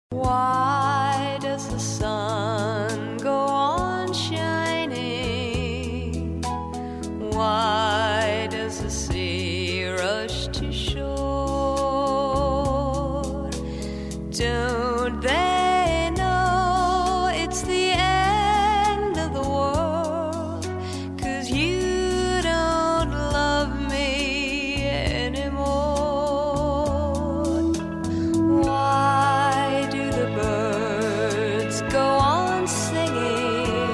Why does the sun go on shining? Why does the sea rush to shore? Don't they know it's the end of the world? 'Cause you don't love me anymore. Why do the birds go on singing?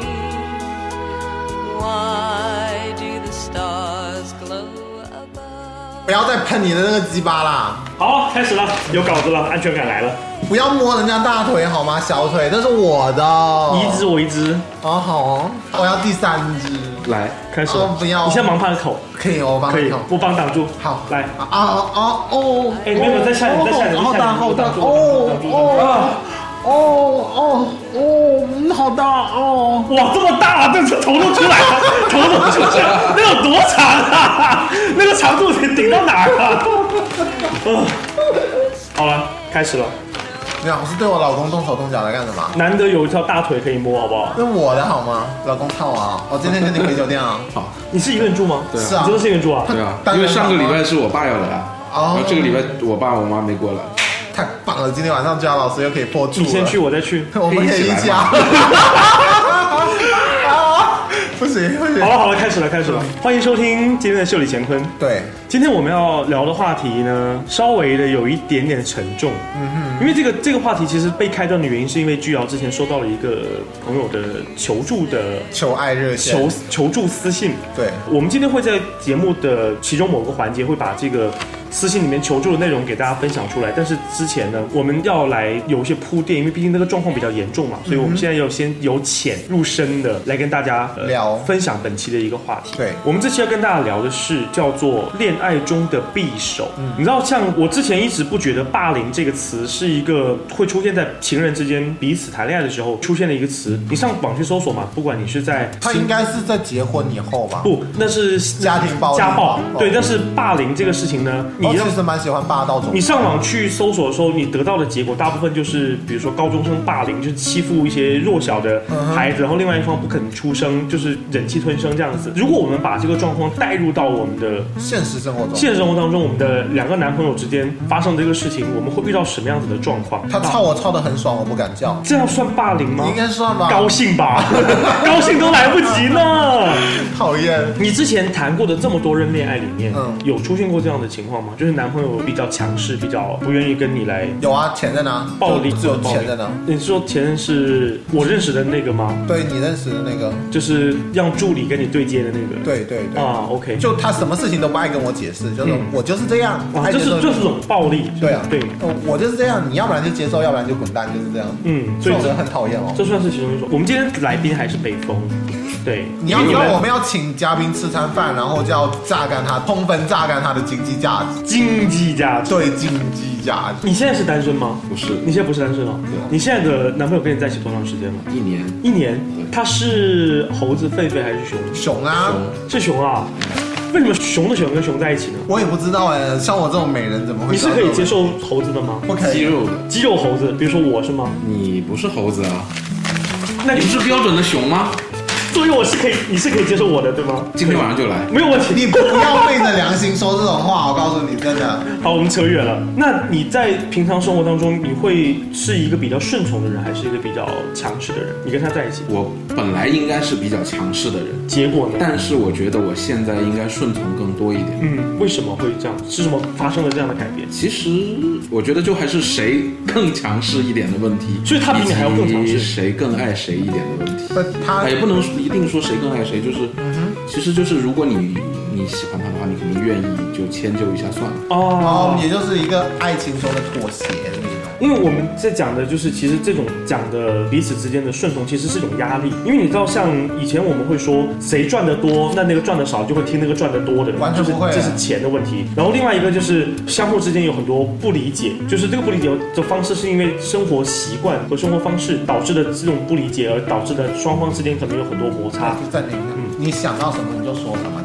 Why do the stars glow above? 不要再喷你的那个鸡巴啦！ 好，开始了，有稿子了，安全感来了。 不要摸人家大腿好吗？小腿，这是我的。 一只我一只。 哦，好哦，我要第3只。 来，开始了。 不要。 你先忙拍口。 可以，我帮可以你口。 我帮挡住。 好， 来。 哦。 哎，没有，再下你，再下你， 好大，好大。好大哦！ 哇，这么大，这头都出来了，头都出来了，那有多长啊？那个长度得顶到哪儿啊？好了，开始了。 你老是对我老公动手动脚来干什么？ 难得有一条大腿可以摸，好不好？ 那我的好吗？老公操啊！我今天跟你回酒店啊。 好， 你是一个人住吗？ 对啊。 是啊。 你真的是一个人住啊？ 对啊。因为上个礼拜是我爸要来，然后这个礼拜我爸我妈没过来。 太棒了！今天晚上佳老师又可以破处了。 你先去，我再去。 我们可以一起啊！不行。 好了，开始了。欢迎收听今天的秀里乾坤。 对， 今天我们要聊的话题呢，稍微的有一点点沉重。因为这个话题其实被开端的原因，是因为居瑶之前收到了一个朋友的求爱热线、求助私信。 对， 我们今天会在节目的其中某个环节会把这个私信里面求助的内容给大家分享出来，但是之前呢，我们要来有一些铺垫，因为毕竟那个状况比较严重嘛，所以我们现在要先由浅入深的来跟大家分享本期的一个话题。 对， 我们这期要跟大家聊的是叫做恋爱中的匕首。你知道，像我之前一直不觉得霸凌这个词是一个会出现在情人之间彼此谈恋爱的时候出现的一个词。你上网去搜索嘛，不管你是在他应该是在结婚以后吧？ 不，那是家庭暴力。 家暴。对，但是霸凌这个事情呢， 我其实蛮喜欢霸道种。 你上网去搜索的时候，你得到的结果大部分就是，比如说高中生霸凌，就是欺负一些弱小的孩子，然后另外一方不肯出声，就是忍气吞声这样子。如果我们把这个状况带入到我们的现实生活当中，我们的2个男朋友之间发生这个事情，我们会遇到什么样子的状况？ 他操我操得很爽，我不敢叫， 这样算霸凌吗？ 应该算吧。 高兴吧，高兴都来不及呢。 讨厌。 你之前谈过的这么多任恋爱里面，有出现过这样的情况吗？就是男朋友比较强势，比较不愿意跟你来。 有啊，前任啊， 暴力， 只有前任啊。 你说前任是我认识的那个吗？ 对，你认识的那个， 就是让助理跟你对接的那个。 对啊 ，OK， 就他什么事情都不爱跟我解释，就是我就是这样。 就是种暴力。 对啊， 对， 我就是这样，你要不然就接受，要不然就滚蛋，就是这样。所以我很讨厌哦。 这算是其中一种。我们今天来宾还是北风。对， 你要我们要请嘉宾吃餐饭，然后就要榨干他，充分榨干他的经济价值。 经济价值。 对，经济价值。 你现在是单身吗？ 不是。 你现在不是单身哦。 对。 你现在的男朋友跟你在一起多长时间了 ？1年。 1年。他是猴子、狒狒还是熊？ 熊啊。 是熊啊。为什么熊的熊跟熊在一起呢？ 我也不知道哎，像我这种美人怎么会？ 你是可以接受猴子的吗？ 不可以。 肌肉猴子，比如说我是吗？ 你不是猴子啊？ 那你不是标准的熊吗？ 所以你是可以接受我的，对吗？ 今天晚上就来， 没有问题。 你不要背着良心说这种话，我告诉你，真的。 好，我们扯远了。那你在平常生活当中，你会是一个比较顺从的人，还是一个比较强势的人？你跟他在一起， 我本来应该是比较强势的人， 结果呢？ 但是我觉得我现在应该顺从更多一点。 为什么会这样？是什么发生了这样的改变？ 其实我觉得就还是谁更强势一点的问题， 所以他比你还要更强势， 谁更爱谁一点的问题。 他也不能一定说谁更爱谁，就是其实就是如果你喜欢他的话，你肯定愿意就迁就一下算了。 哦，也就是一个爱情中的妥协。 因为我们在讲的就是，其实这种讲的彼此之间的顺从，其实是一种压力。因为你知道，像以前我们会说，谁赚得多，那个赚得少就会听那个赚得多的， 完全不会， 这是钱的问题。然后另外一个就是相互之间有很多不理解，就是这个不理解的方式是因为生活习惯和生活方式导致的这种不理解，而导致的双方之间可能有很多摩擦。 暂停，你想到什么你就说什么。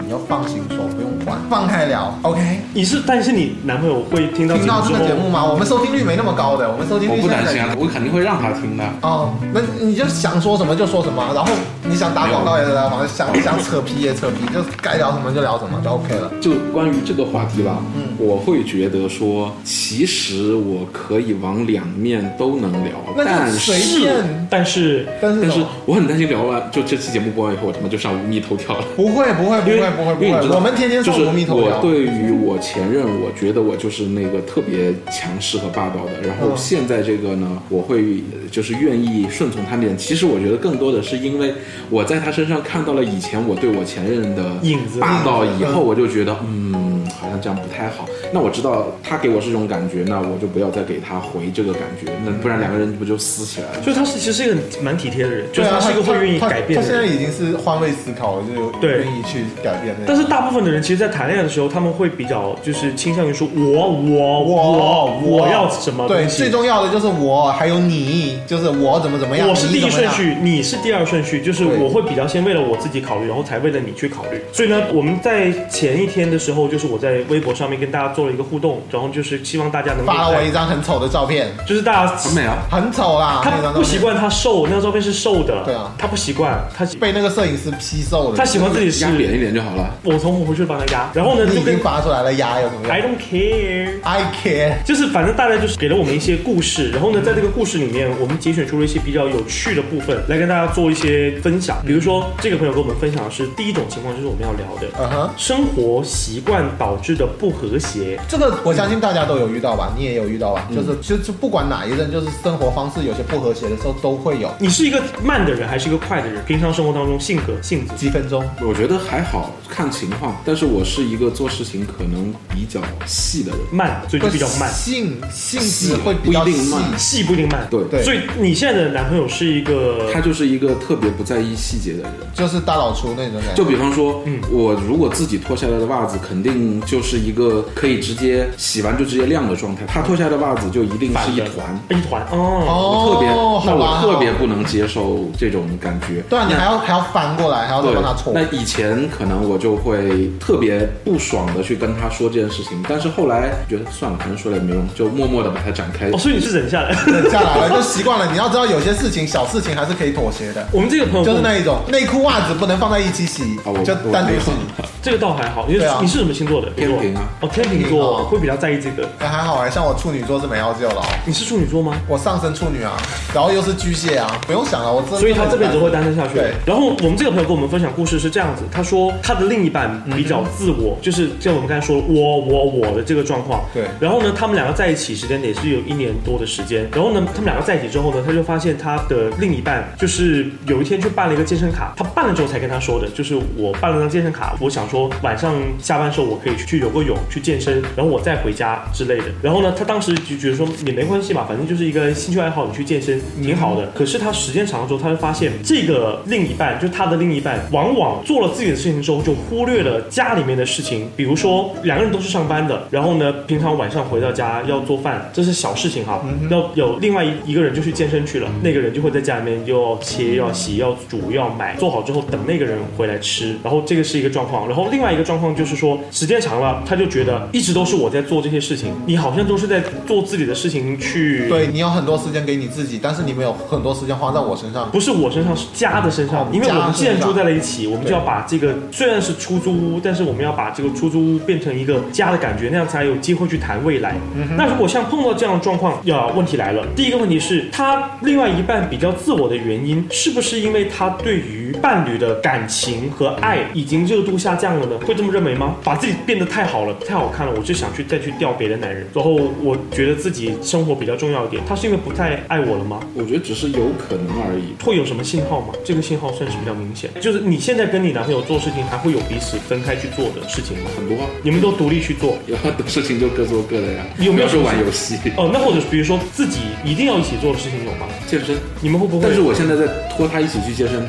你就放心说，不用管，放开聊 ，OK。 但是你男朋友会听到这个节目吗？我们收听率没那么高的，我们收听率我不担心啊，我肯定会让他听的。 哦，那你就想说什么就说什么，然后你想打广告也打广告，想扯皮也扯皮，就该聊什么就聊什么就 OK 了。 就关于这个话题吧，我会觉得说，其实我可以往两面都能聊，但是我很担心聊完就这期节目播完以后，我他妈就上无迷头条了。 不会，我们天天上无迷头条。 我对于我前任，我觉得我就是那个特别强势和霸道的，然后现在这个呢，我会就是愿意顺从他点。其实我觉得更多的是因为我在他身上看到了以前我对我前任的影子霸道，以后我就觉得好像这样不太好。那我知道他给我是这种感觉，那我就不要再给他回这个感觉，那不然两个人不就撕起来了？ 就他其实是一个蛮体贴的人，就是他是一个会愿意改变的人。 他现在已经是换位思考了，就愿意去改变。 但是大部分的人其实，在谈恋爱的时候，他们会比较就是倾向于说我要什么东西。 对，最重要的就是我还有你，就是我怎么样， 我是第一顺序，你是第二顺序，就是我会比较先为了我自己考虑，然后才为了你去考虑。所以呢，我们在前一天的时候，就是我在微博上面跟大家做了一个互动，然后就是希望大家能发了我一张很丑的照片， 就是大家很美啊， 很丑啦。 他不习惯他瘦，那张照片是瘦的， 对啊， 他不习惯，他被那个摄影师 P 瘦了， 他喜欢自己是压扁一点就好了。 我从回去帮他压，然后呢， 你已经发出来了，压有什么用 ？I don't care， I care， 就是反正大家就是给了我们一些故事，然后呢，在这个故事里面，我们节选出了一些比较有趣的部分来跟大家做一些分享。比如说，这个朋友跟我们分享的是第一种情况，就是我们要聊的，生活习惯导致的不和谐。 这个我相信大家都有遇到吧，你也有遇到吧？就是不管哪一任，就是生活方式有些不和谐的时候都会有。 你是一个慢的人还是一个快的人？平常生活当中性子几分钟？ 我觉得还好，看情况。但是我是一个做事情可能比较细的人， 慢，所以就比较慢。 性子会比较细不一定慢。 对。 所以你现在的男朋友是一个， 他就是一个特别不在意细节的人， 就是大老粗那种感觉。 就比方说，我如果自己脱下来的袜子，肯定就是一个可以直接洗完就直接晾的状态。他脱下来的袜子就一定是一团我特别不能接受这种感觉。 对啊，你还要翻过来，还要再帮他搓。 那以前可能我就会特别不爽的去跟他说这件事情，但是后来觉得算了，反正说了也没用，就默默的把它展开。 所以你是忍下来了，就习惯了。你要知道，有些事情小事情还是可以妥协的。 我们这个朋友就是那一种内裤袜子不能放在一起洗，就单独洗。 这个倒还好，因为你是什么星座的？ 天平啊。 天平座会比较在意这个。 还好像我处女座是没要求了。 你是处女座吗？ 我上升处女啊，然后又是巨蟹啊，不用想了， 所以他这辈子会单身下去。 对。 然后我们这个朋友跟我们分享故事是这样子，他说他的另一半比较自我，就是像我们刚才说我的这个状况。 对。 然后呢，他们两个在一起时间也是有1年多的时间。然后呢，他们两个在一起之后呢，他就发现他的另一半就是有一天去办了一个健身卡，他办了之后才跟他说的，就是我办了张健身卡，我想说晚上下班时候我可以去游个泳，去健身，然后我再回家之类的。然后呢，他当时就觉得说也没关系嘛，反正就是一个兴趣爱好，你去健身挺好的。可是他时间长了之后，他就发现这个另一半，就他的另一半，往往做了自己的事情之后，就忽略了家里面的事情。比如说两个人都是上班的，然后呢，平常晚上回到家要做饭，这是小事情哈。要有另外一个人就去健身去了，那个人就会在家里面又要切、要洗、要煮、要买，做好之后等那个人回来吃。然后这个是一个状况，然后另外一个状况就是说，时间长了，他就觉得一直都是我在做这些事情，你好像都是在做自己的事情去。 对，你有很多时间给你自己，但是你没有很多时间花在我身上。 不是我身上，是家的身上。因为我们既然住在了一起，我们就要把这个虽然是出租屋，但是我们要把这个出租屋变成一个家的感觉，那样才有机会去谈未来。那如果像碰到这样的状况，问题来了。第一个问题是，他另外一半比较自我的原因，是不是因为他对于伴侣的感情和爱已经热度下降了呢？会这么认为吗？把自己变得太好了，太好看了，我就想再去钓别的男人，然后我觉得自己生活比较重要一点。他是因为不太爱我了吗？ 我觉得只是有可能而已。 会有什么信号吗？这个信号算是比较明显，就是你现在跟你男朋友做事情，还会有彼此分开去做的事情吗？ 很多啊， 你们都独立去做， 有很多事情就各做各的呀。 有没有说玩游戏？ 那或者比如说自己一定要一起做的事情有吗？ 健身， 你们会不会？ 但是我现在在拖他一起去健身，他不去。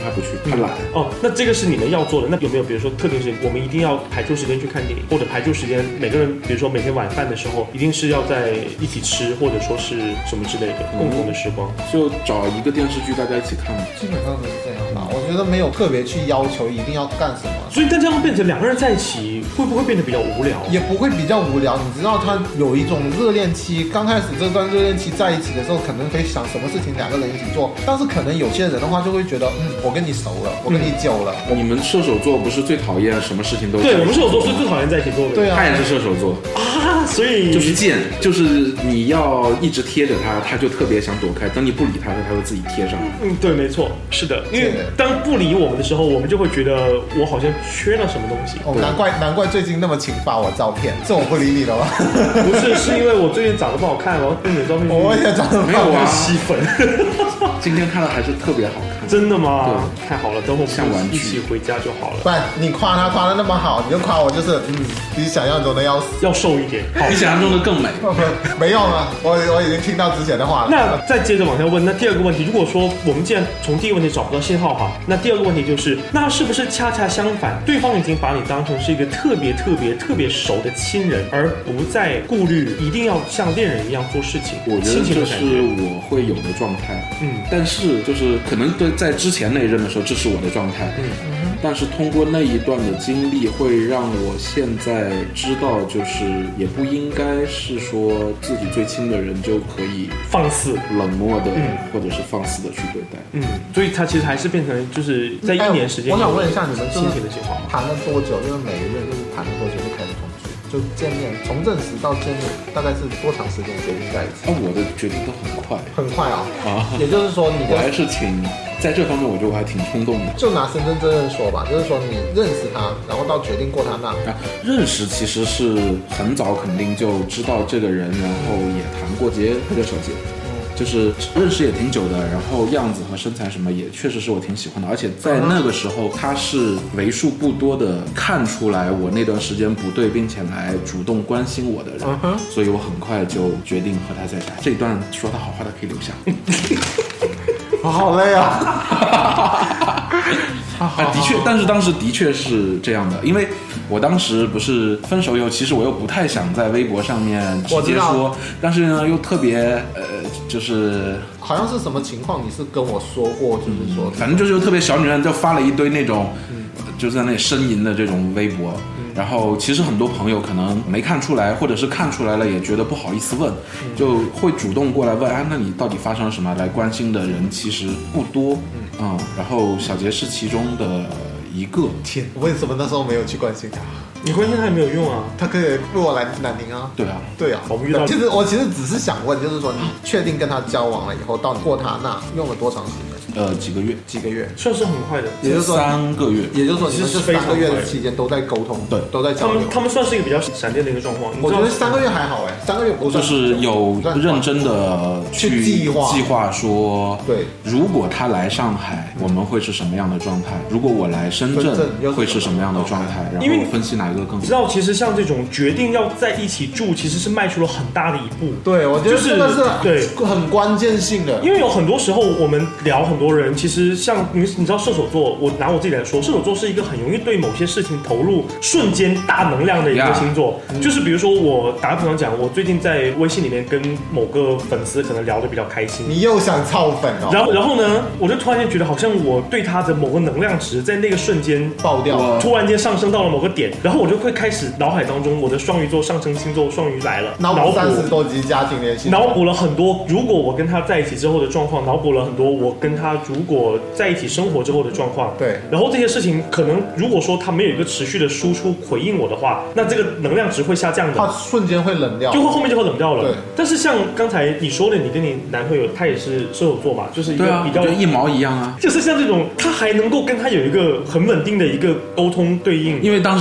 他懒。 哦，那这个是你们要做的。那有没有比如说特定时间，我们一定要排出时间去看电影，或者排出时间，每个人比如说每天晚饭的时候，一定是要在一起吃，或者说是什么之类的共同的时光， 就找一个电视剧大家一起看。 基本上都是这样吧。我觉得没有特别去要求一定要干什么。 所以但这样变成两个人在一起，会不会变得比较无聊？ 也不会比较无聊，你知道他有一种热恋期，刚开始这段热恋期在一起的时候，可能会想什么事情两个人一起做，但是可能有些人的话就会觉得，我跟你熟了，我跟你久了。 你们射手座不是最讨厌什么事情都对，我们射手座是最讨厌在一起做的。 对啊， 他也是射手座啊，所以就是贱，就是你要一直贴着他，他就特别想躲开，等你不理他，他会自己贴上。 对，没错，是的，因为当不理我们的时候，我们就会觉得我好像缺了什么东西。 难怪最近那么勤发我照片，是我不理你了吗？ 不是，是因为我最近长得不好看，然后跟你的照片我也长得没有啊， 吸粉。 今天看了还是特别好看。 真的吗？ 对， 太好了，等我们一起回家就好了。 不然你夸他夸的那么好，你就夸我就是比想象中的要死， 要瘦一点， 比想象中的更美。 没用啊，我已经听到之前的话了。 那再接着往下问，那第二个问题，如果说我们既然从第一个问题找不到信号哈，那第二个问题就是，那是不是恰恰相反，对方已经把你当成是一个特别熟的亲人，而不再顾虑一定要像恋人一样做事情？ 我觉得这是我会有的状态。但是就是可能在之前那一任的时候，这是我的状态。但是通过那一段的经历，会让我现在知道，就是也不应该是说自己最亲的人就可以放肆、 冷漠的，或者是放肆的去对待。 所以他其实还是变成就是在1年时间。 我想问一下，你们亲情的情况谈了多久？因为每一任就是谈了多久就开始同居，就见面，从认识到见面大概是多长时间决定在一起？ 我的决定都很快， 很快啊！也就是说我还是在这方面，我觉得我还挺冲动的。 就拿深圳这任说吧，就是说你认识他，然后到决定过他那。 认识其实是很早，肯定就知道这个人，然后也谈过节，他叫小杰。就是认识也挺久的，然后样子和身材什么也确实是我挺喜欢的，而且在那个时候他是为数不多的看出来我那段时间不对，并且来主动关心我的人，所以我很快就决定和他在一起。这一段说他好话的可以留下。 好累啊！ 的确，但是当时的确是这样的，因为我当时不是分手以后，其实我又不太想在微博上面直接说，但是呢又特别就是好像是什么情况，你是跟我说过，就是说， 反正就是特别小女人就发了一堆那种，就是在那里呻吟的这种微博。然后其实很多朋友可能没看出来，或者是看出来了也觉得不好意思问，就会主动过来问，那你到底发生了什么？来关心的人其实不多，然后小杰是其中的一个。 天，为什么那时候没有去关心他？ 你关心他也没有用啊， 他可以为我来南宁啊。 对啊， 对啊。 我们遇到， 我其实只是想问，就是说你确定跟他交往了以后，到你过他那用了多长时间？几个月， 算是很快的， 也就是说3个月， 也就是说你们这3个月的期间都在沟通， 对， 都在交流。 他们算是一个比较闪电的一个状况。 我觉得3个月还好3个月不算， 就是有认真的去计划说， 对， 如果他来上海，我们会是什么样的状态？如果我来深圳，会是什么样的状态？然后分析哪一个更好。 知道，其实像这种决定要在一起住，其实是迈出了很大的一步。 对，我觉得这个是对很关键性的， 因为有很多时候我们聊很多人，其实像你知道射手座，我拿我自己来说，射手座是一个很容易对某些事情投入瞬间大能量的一个星座。就是比如说我打个比方讲，我最近在微信里面跟某个粉丝可能聊得比较开心， 你又想操粉哦。 然后呢，我就突然间觉得好像我对他的某个能量值在那个瞬间爆掉， 突然间上升到了某个点，然后我就会开始脑海当中我的双鱼座上升星座双鱼来了， 脑补30多集家庭联系， 脑补了很多如果我跟他在一起之后的状况，脑补了很多我跟他如果在一起生活之后的状况。 对， 然后这些事情可能如果说他没有一个持续的输出回应我的话，那这个能量值会下降的， 他瞬间会冷掉， 后面就会冷掉了。 对， 但是像刚才你说的，你跟你男朋友他也是射手座嘛，就是一个比较一毛一样啊， 就是像这种他还能够跟他有一个很稳定的一个沟通对应， 因为当时他就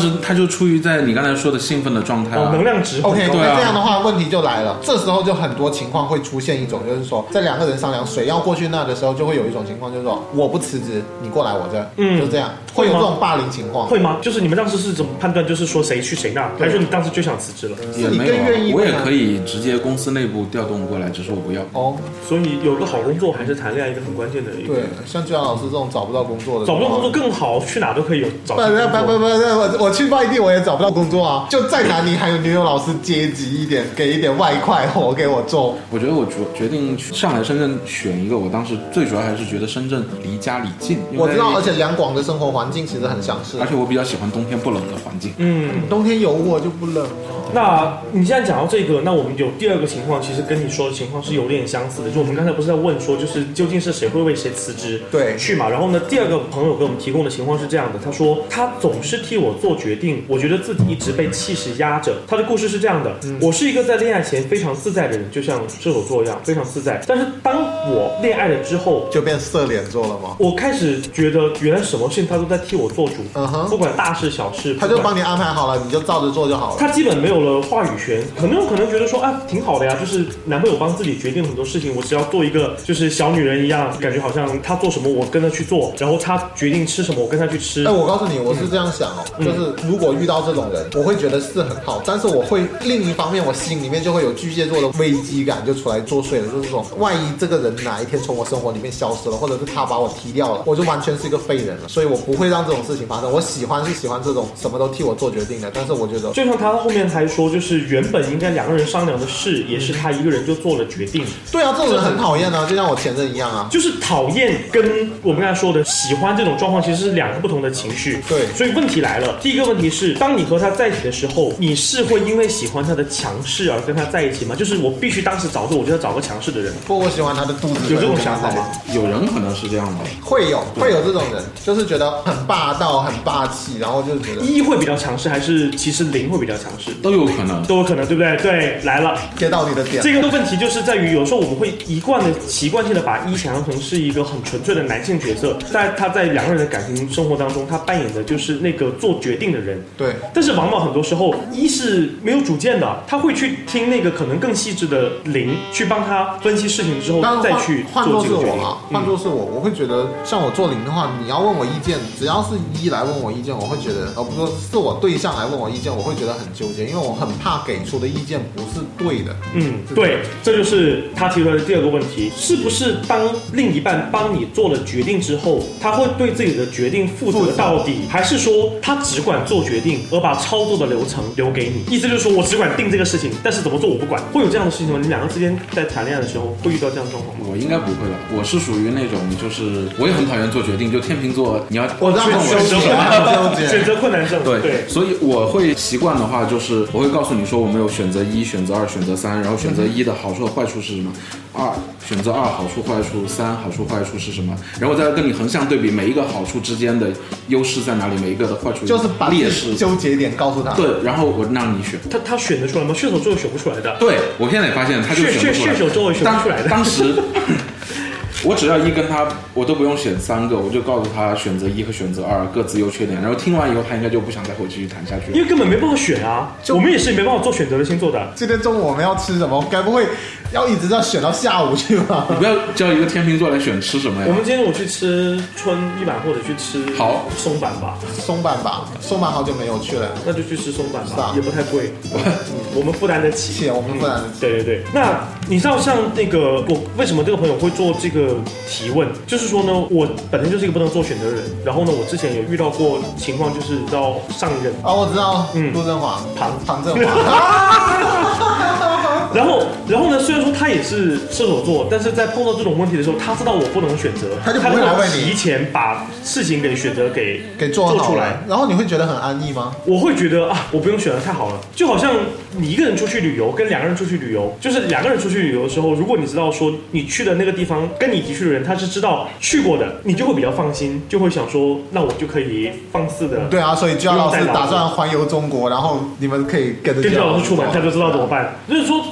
出于在你刚才说的兴奋的状态能量值很高。 OK， 对啊那这样的话问题就来了，这时候就很多情况会出现一种，就是说在两个人商量谁要过去那的时候，就会有一种情况，就是说我不辞职，你过来我这，就这样，会有这种霸凌情况。 会吗？就是你们当时是怎么判断？就是说谁去谁那，还是说你当时就想辞职了？ 是你也没更愿意有，我也可以直接公司内部调动过来，只是我不要。 哦， 所以有个好工作还是谈恋爱一个很关键的一个。 对，像居然老师这种找不到工作的， 找不到工作更好，去哪都可以有找不工作。 我去外地我也找不到工作啊！就再难，你还有女友老师阶级一点，给一点外快活给我做。 我觉得我决定上来深圳选一个，我当时最主要还是觉得深圳离家里近。 我知道，而且两广的生活环境其实很相似， 而且我比较喜欢冬天不冷的环境。 冬天有我就不冷。 那你现在讲到这个，那我们有第二个情况，其实跟你说的情况是有点相似的。就我们刚才不是在问说，就是究竟是谁会为谁辞职对去嘛？然后呢，第二个朋友给我们提供的情况是这样的，他说他总是替我做决定，我觉得自己一直被气势压着。他的故事是这样的，我是一个在恋爱前非常自在的人，就像射手座一样非常自在。但是当我恋爱了之后， 就变色脸座了吗？ 我开始觉得原来什么事情他都在替我做主，不管大事小事， 他就帮你安排好了，你就照着做就好了。 他基本没有了话语权，可能觉得说啊挺好的呀，就是男朋友帮自己决定很多事情，我只要做一个就是小女人一样，感觉好像他做什么我跟他去做，然后他决定吃什么我跟他去吃。 我告诉你，我是这样想哦，就是如果遇到这种人，我会觉得是很好，但是我会另一方面，我心里面就会有巨蟹座的危机感就出来作祟了，就是说万一这个人哪一天从我生活里面消失了，或者是他把我踢掉了，我就完全是一个废人了。所以我不会让这种事情发生。我喜欢这种什么都替我做决定的，但是我觉得就像他后面还说，就是原本应该两个人商量的事，也是他一个人就做了决定。 对啊，这种人很讨厌啊，就像我前任一样啊。 就是讨厌跟我们刚才说的喜欢这种状况其实是两个不同的情绪。 对， 所以问题来了，第一个问题是，当你和他在一起的时候，你是会因为喜欢他的强势而跟他在一起吗？就是我必须当时找个，我就要找个强势的人。 不过我喜欢他的肚子， 有这种想法吗？ 有人可能是这样的， 会有这种人，就是觉得很霸道、很霸气，然后就是觉得一会比较强势，还是其实零会比较强势？ 都有可能， 都有可能，对不对？对，来了， 接到你的点。 这个问题就是在于，有时候我们会习惯性的把一想象成是一个很纯粹的男性角色，他在两个人的感情生活当中，他扮演的就是那个做决定的人。 对， 但是往往很多时候一是没有主见的，他会去听那个可能更细致的零去帮他分析事情之后再去换作是做这个决定。 我啊，换作是我会觉得像我做零的话，你要问我意见，只要是一来问我意见，我会觉得，而不是是我对象来问我意见，我会觉得很纠结，因为我很怕给出的意见不是对的。 对，这就是他提出来的第二个问题，是不是当另一半帮你做了决定之后，他会对自己的决定负责到底，还是说他只管做决定，而把操作的流程留给你？意思就是说我只管定这个事情，但是怎么做我不管。会有这样的事情吗？你们两个之间在谈恋爱的时候会遇到这样的状况吗？ 我应该不会了，我是属于那种就是我也很讨厌做决定，就天秤座，你要我知道很纠结， 选择困难症。 对，所以我会习惯的话，就是我会告诉你说我们有选择一、选择二、选择三，然后选择一的好处和坏处是什么，选择二好处坏处，三好处坏处是什么，然后再跟你横向对比每一个好处之间的优势在哪里，每一个的坏处就是把劣势纠结点告诉他。 对，然后我让你选。 他选得出来吗？射手座选不出来的。 对，我现在也发现他就选不出来。 射手座选不出来的。 当时我只要一跟他，我都不用选三个，我就告诉他选择一和选择二各自优缺点，然后听完以后他应该就不想再和我继续谈下去了， 因为根本没办法选啊。我们也是没办法做选择的星座的。 今天中午我们要吃什么？该不会要一直要选到下午去吧？ 你不要叫一个天秤座来选吃什么呀？ 我们今天我去吃春一板或者去吃松板吧。 松板好久没有去了， 那就去吃松板吧， 是啊， 也不太贵，我们负担得起。 我们负担得起。 对。那你知道像那个我为什么这个朋友会做这个提问？就是说呢，我本身就是一个不能做选择的人，然后呢，我之前有遇到过情况，就是到上一任我知道，陆振华，庞振华。 然后呢，虽然说他也是射手座，但是在碰到这种问题的时候，他知道我不能选择， 他就不会来问你， 提前把事情给选择给做出来。 然后你会觉得很安逸吗？ 我会觉得我不用选的太好了，就好像你一个人出去旅游跟两个人出去旅游，就是两个人出去旅游的时候，如果你知道说你去的那个地方跟你一起去的人他是知道去过的，你就会比较放心，就会想说那我就可以放肆的。 对啊，所以居老师打算环游中国，然后你们可以跟着居老师出门，他就知道怎么办。就是说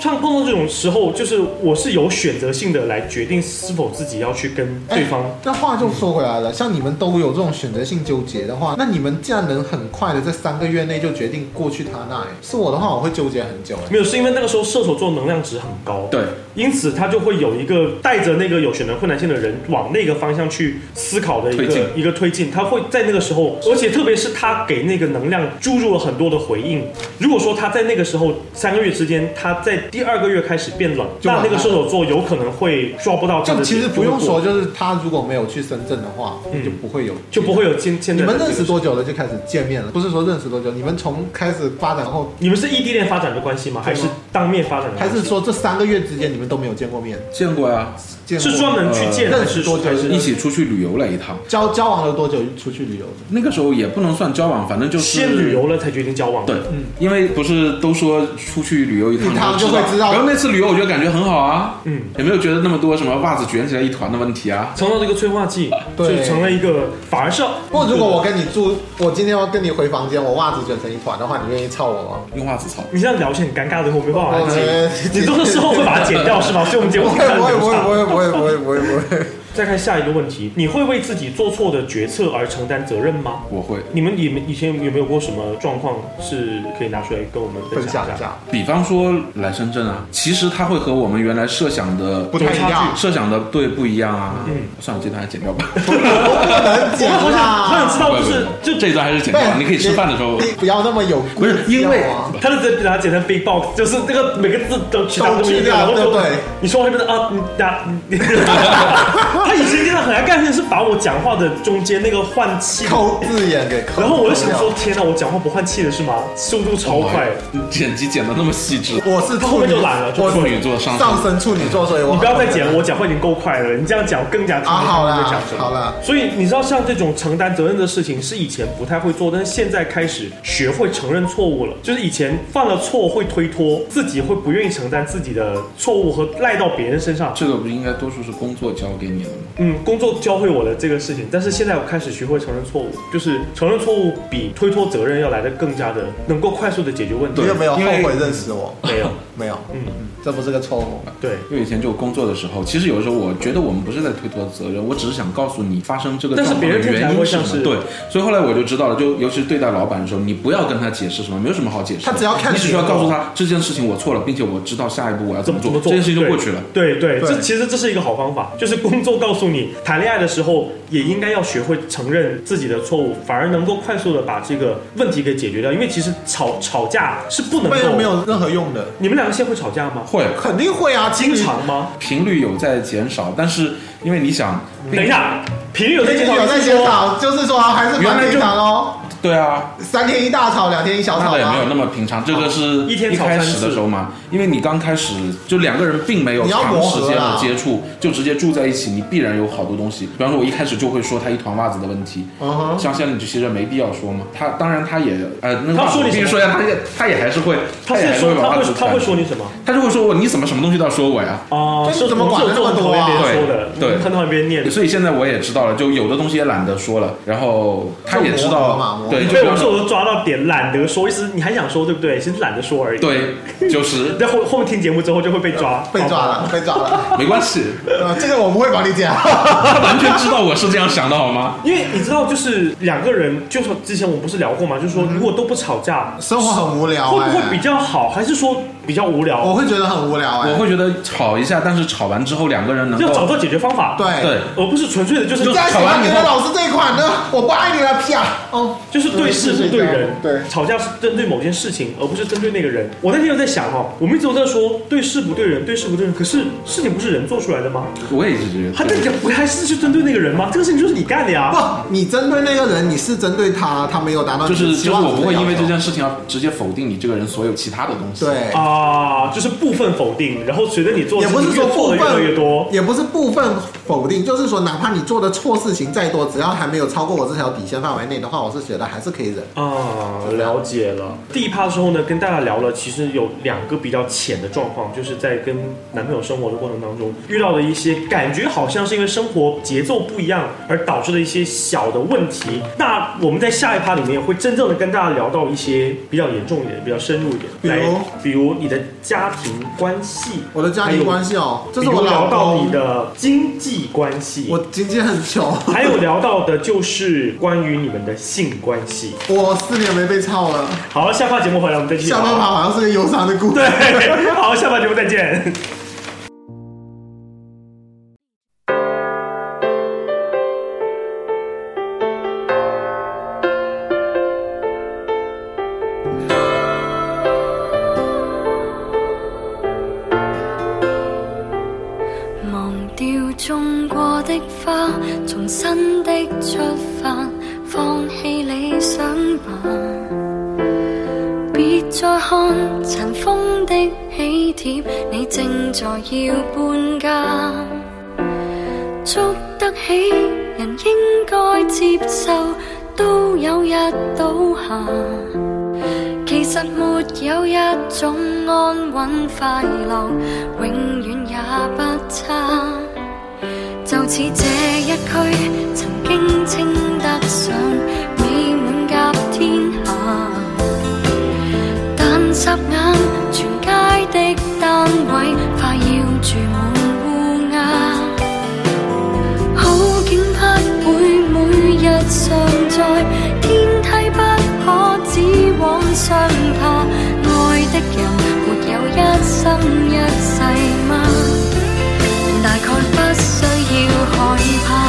像碰到这种时候，就是我是有选择性的来决定是否自己要去跟对方。 那话就说回来了，像你们都有这种选择性纠结的话，那你们既然能很快的在3个月内就决定过去他那，是我的话我会纠结很久。 没有，是因为那个时候射手座能量值很高， 对， 因此他就会有一个带着那个有选择困难性的人往那个方向去思考的一个推进，他会在那个时候，而且特别是他给那个能量注入了很多的回应。如果说他在那个时候3个月之间，他在第2个月开始变冷，那个射手座有可能会抓不到他的。 就其实不用说，就是他如果没有去深圳的话，就不会有现在。 你们认识多久了就开始见面了？不是说认识多久，你们从开始发展后， 你们是异地恋发展的关系吗？还是当面发展的关系？ 还是说这3个月之间你们都没有见过面？ 见过呀。 是专门去见， 认识多久？ 一起出去旅游了一趟。 交往了多久出去旅游的？ 那个时候也不能算交往，反正就是先旅游了才决定交往。 对，因为不是都说出去旅游一趟就会知道。 然后那次旅游我就感觉很好啊，也没有觉得那么多什么袜子卷起来一团的问题啊。 成了这个催化剂，就成了一个，反而是。 不过如果我跟你住，我今天要跟你回房间，我袜子卷成一团的话，你愿意操我吗？ 用袜子操？ 你这样聊是很尴尬的，我没办法接。你多的时候会把它剪掉是吗？所以我们节目不会。 再看下一个问题，你会为自己做错的决策而承担责任吗？ 我会。 你们以前有没有过什么状况是可以拿出来跟我们分享一下？ 比方说来深圳啊，其实它会和我们原来设想的不太一样， 设想的不一样啊。算了，这段还剪掉吧。 不能剪啊！ 好想知道，就这一段还是剪掉。你可以吃饭的时候， 你不要那么有， 不是因为他就直接把它剪成 big box， 就是这个每个字都去掉， 对， 你说话就是啊，他以前经常很爱干的是把我讲话的中间那个换气抠字眼给抠， 然后我就想说，天哪，我讲话不换气的是吗？速度超快， 剪辑剪得那么细致。 我是后面就懒了， 处女座上升处女座，所以我你不要再剪，我讲话已经够快了，你这样讲更加听好了。 所以你知道，像这种承担责任的事情，是以前不太会做，但是现在开始学会承认错误了。就是以前犯了错会推脱，自己会不愿意承担自己的错误和赖到别人身上。 这个不应该多数是工作教给你的吗？ 工作教会我的这个事情，但是现在我开始学会承认错误，就是承认错误比推脱责任要来的更加的能够快速的解决问题。 你有没有后悔认识我？ 没有， 这不是个错误。 对， 因为以前就工作的时候，其实有的时候我觉得我们不是在推脱责任，我只是想告诉你发生这个状况的原因是什么。对，所以后来我就知道了，就尤其是对待老板的时候，你不要跟他解释什么，没有什么好解释的。 他只要看， 你只需要告诉他这件事情我错了，并且我知道下一步我要怎么做，这件事情就过去了。 对，其实这是一个好方法，就是工作告诉你，谈恋爱的时候也应该要学会承认自己的错误，反而能够快速的把这个问题给解决掉。因为其实吵架是不能够没有任何用的。 你们两个现在会吵架吗？ 会， 肯定会啊。 经常吗？ 频率有在减少，但是因为你想， 等一下，频率有在减少，就是说还是蛮平常哦。 对啊 ，3天一大吵，2天一小吵， 那也没有那么平常。这个是一开始的时候嘛，因为你刚开始就2个人并没有长时间的接触，就直接住在一起，你必然有好多东西。比方说，我一开始就会说他一团袜子的问题，像现在你其实没必要说嘛。他当然他也那个说你必须说呀，他也还是会，他会说你什么？ 他就会说你怎么什么东西都要说我呀？ 是怎么管那么多啊？对，很讨厌别人念。 所以现在我也知道了，就有的东西也懒得说了，然后他也知道嘛。对， 被我说我都抓到点，懒得说，意思你还想说对不对？其实懒得说而已。 对，就是在后面听节目之后就会被抓， 被抓了， 没关系， 这个我不会帮你讲， 他完全知道我是这样想的好吗？ 因为你知道，就是2个人，就是之前我不是聊过嘛，就是说如果都不吵架， 生活很无聊， 会不会比较好？还是说比较无聊？ 我会觉得很无聊， 我会觉得吵一下，但是吵完之后2个人能够要找到解决方法， 对， 而不是纯粹的就是吵完你的老师这一款呢，我不爱你了，啪， 就是对事不对人，对，吵架是针对某件事情，而不是针对那个人。我那天有在想我们一直都在说对事不对人，对事不对人，可是事情不是人做出来的吗？ 我也是觉得， 他这个不还是去针对那个人吗？这个事情就是你干的呀。 不，你针对那个人，你是针对他没有达到， 就是我不会因为这件事情要直接否定你这个人所有其他的东西。 对就是部分否定，然后随着你做的事情越来越多， 也不是部分否定，就是说哪怕你做的错事情再多，只要还没有超过我这条底线范围内的话，我是觉得还是可以忍。 了解了。第一趴的时候呢，跟大家聊了，其实有2个比较浅的状况，就是在跟男朋友生活的过程当中遇到的一些感觉好像是因为生活节奏不一样而导致的一些小的问题。那我们在下一趴里面会真正的跟大家聊到一些比较严重一点、比较深入一点，比如你的家庭关系， 我的家庭关系这是我聊到你的经济关系， 我经济很穷， 还有聊到的就是关于你们的性关系。 我4年没被操了。 好，下趴节目回来我们再继续聊。 下半趴好像是个忧伤的故事。 对，好，下趴节目再见。 忘掉種過的花，重新的出發，放棄理想吧。別再看塵封的喜帖，你正在要搬家。捉得起人應該接受，都有日倒下。其實沒有一種安穩快樂，永遠也不差。就似這一區曾經稱得上美滿甲天下，但霎眼全街的單位快要住滿烏鴉。好景不會每日常在，天梯不可只往上爬。愛的人沒有一生一世嗎？大概不需要害怕。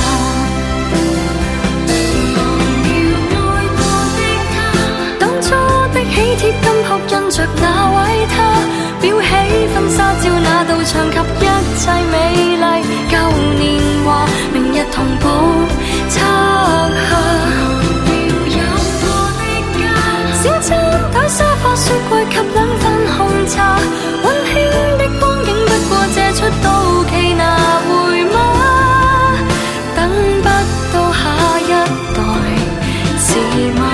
忘掉愛過的他，當初的喜帖金箔印着那位他，裱起婚紗照那道牆及一切美麗舊年華，明日同步拆下。小餐台、沙發、雪櫃及兩份紅茶，溫馨的光景不過借出到期拿回嗎？等不到下一代是嗎？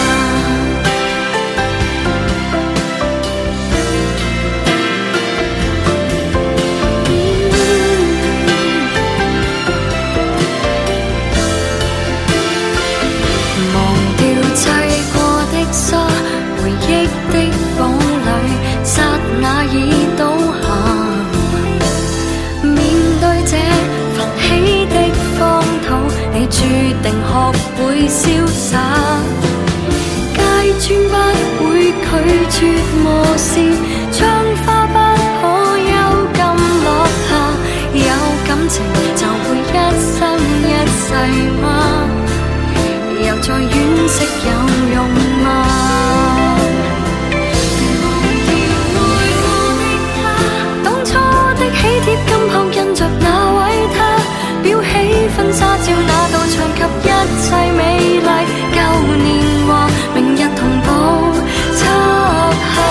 忘掉砌過的沙，回憶的堡壘，剎那已倒下。面對這奮起的荒土，你注定學會瀟灑。街磚不會拒絕磨蝕，窗花不可幽禁落下。有感情就會一生一世嗎？又再惋惜有用嗎？喜帖金箔印着那位他，裱起婚紗照那道牆及一切美麗舊年華，明日同步拆下。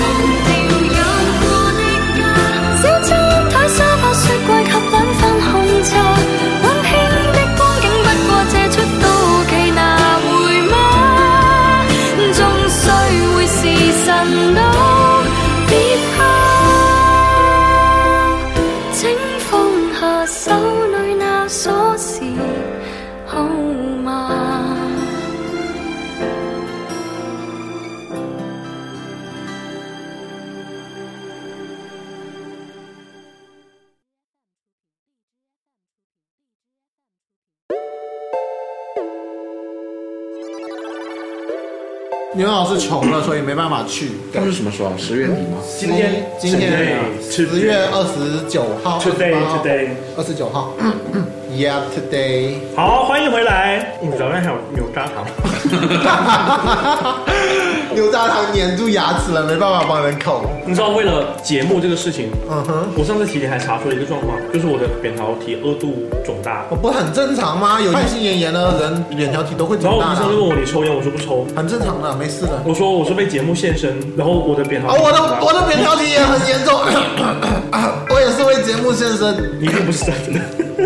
小餐台、沙發、雪櫃及兩份紅茶，溫馨的光景不過借出到期拿回嗎？終須會是神都別怕。手裏那鎖匙號碼。 牛老师穷了，所以没办法去。 那是什么时候？10月底吗？ 今天10月29号 ，today 29号，Yeah today。 好，欢迎回来。你早上还有牛轧糖？ 牛轧糖粘住牙齿了，没办法帮人口。 你知道为了节目这个事情，我上次体检还查出了一个状况，就是我的扁桃体2度肿大。 不很正常吗？有慢性炎的人扁桃体都会肿大的。 然后医生就问我你抽烟，我说不抽， 很正常的，没事的。 我说我是被节目现身，然后我的扁桃体。 我的扁桃体也很严重，我也是为节目现身。 你又不是真的。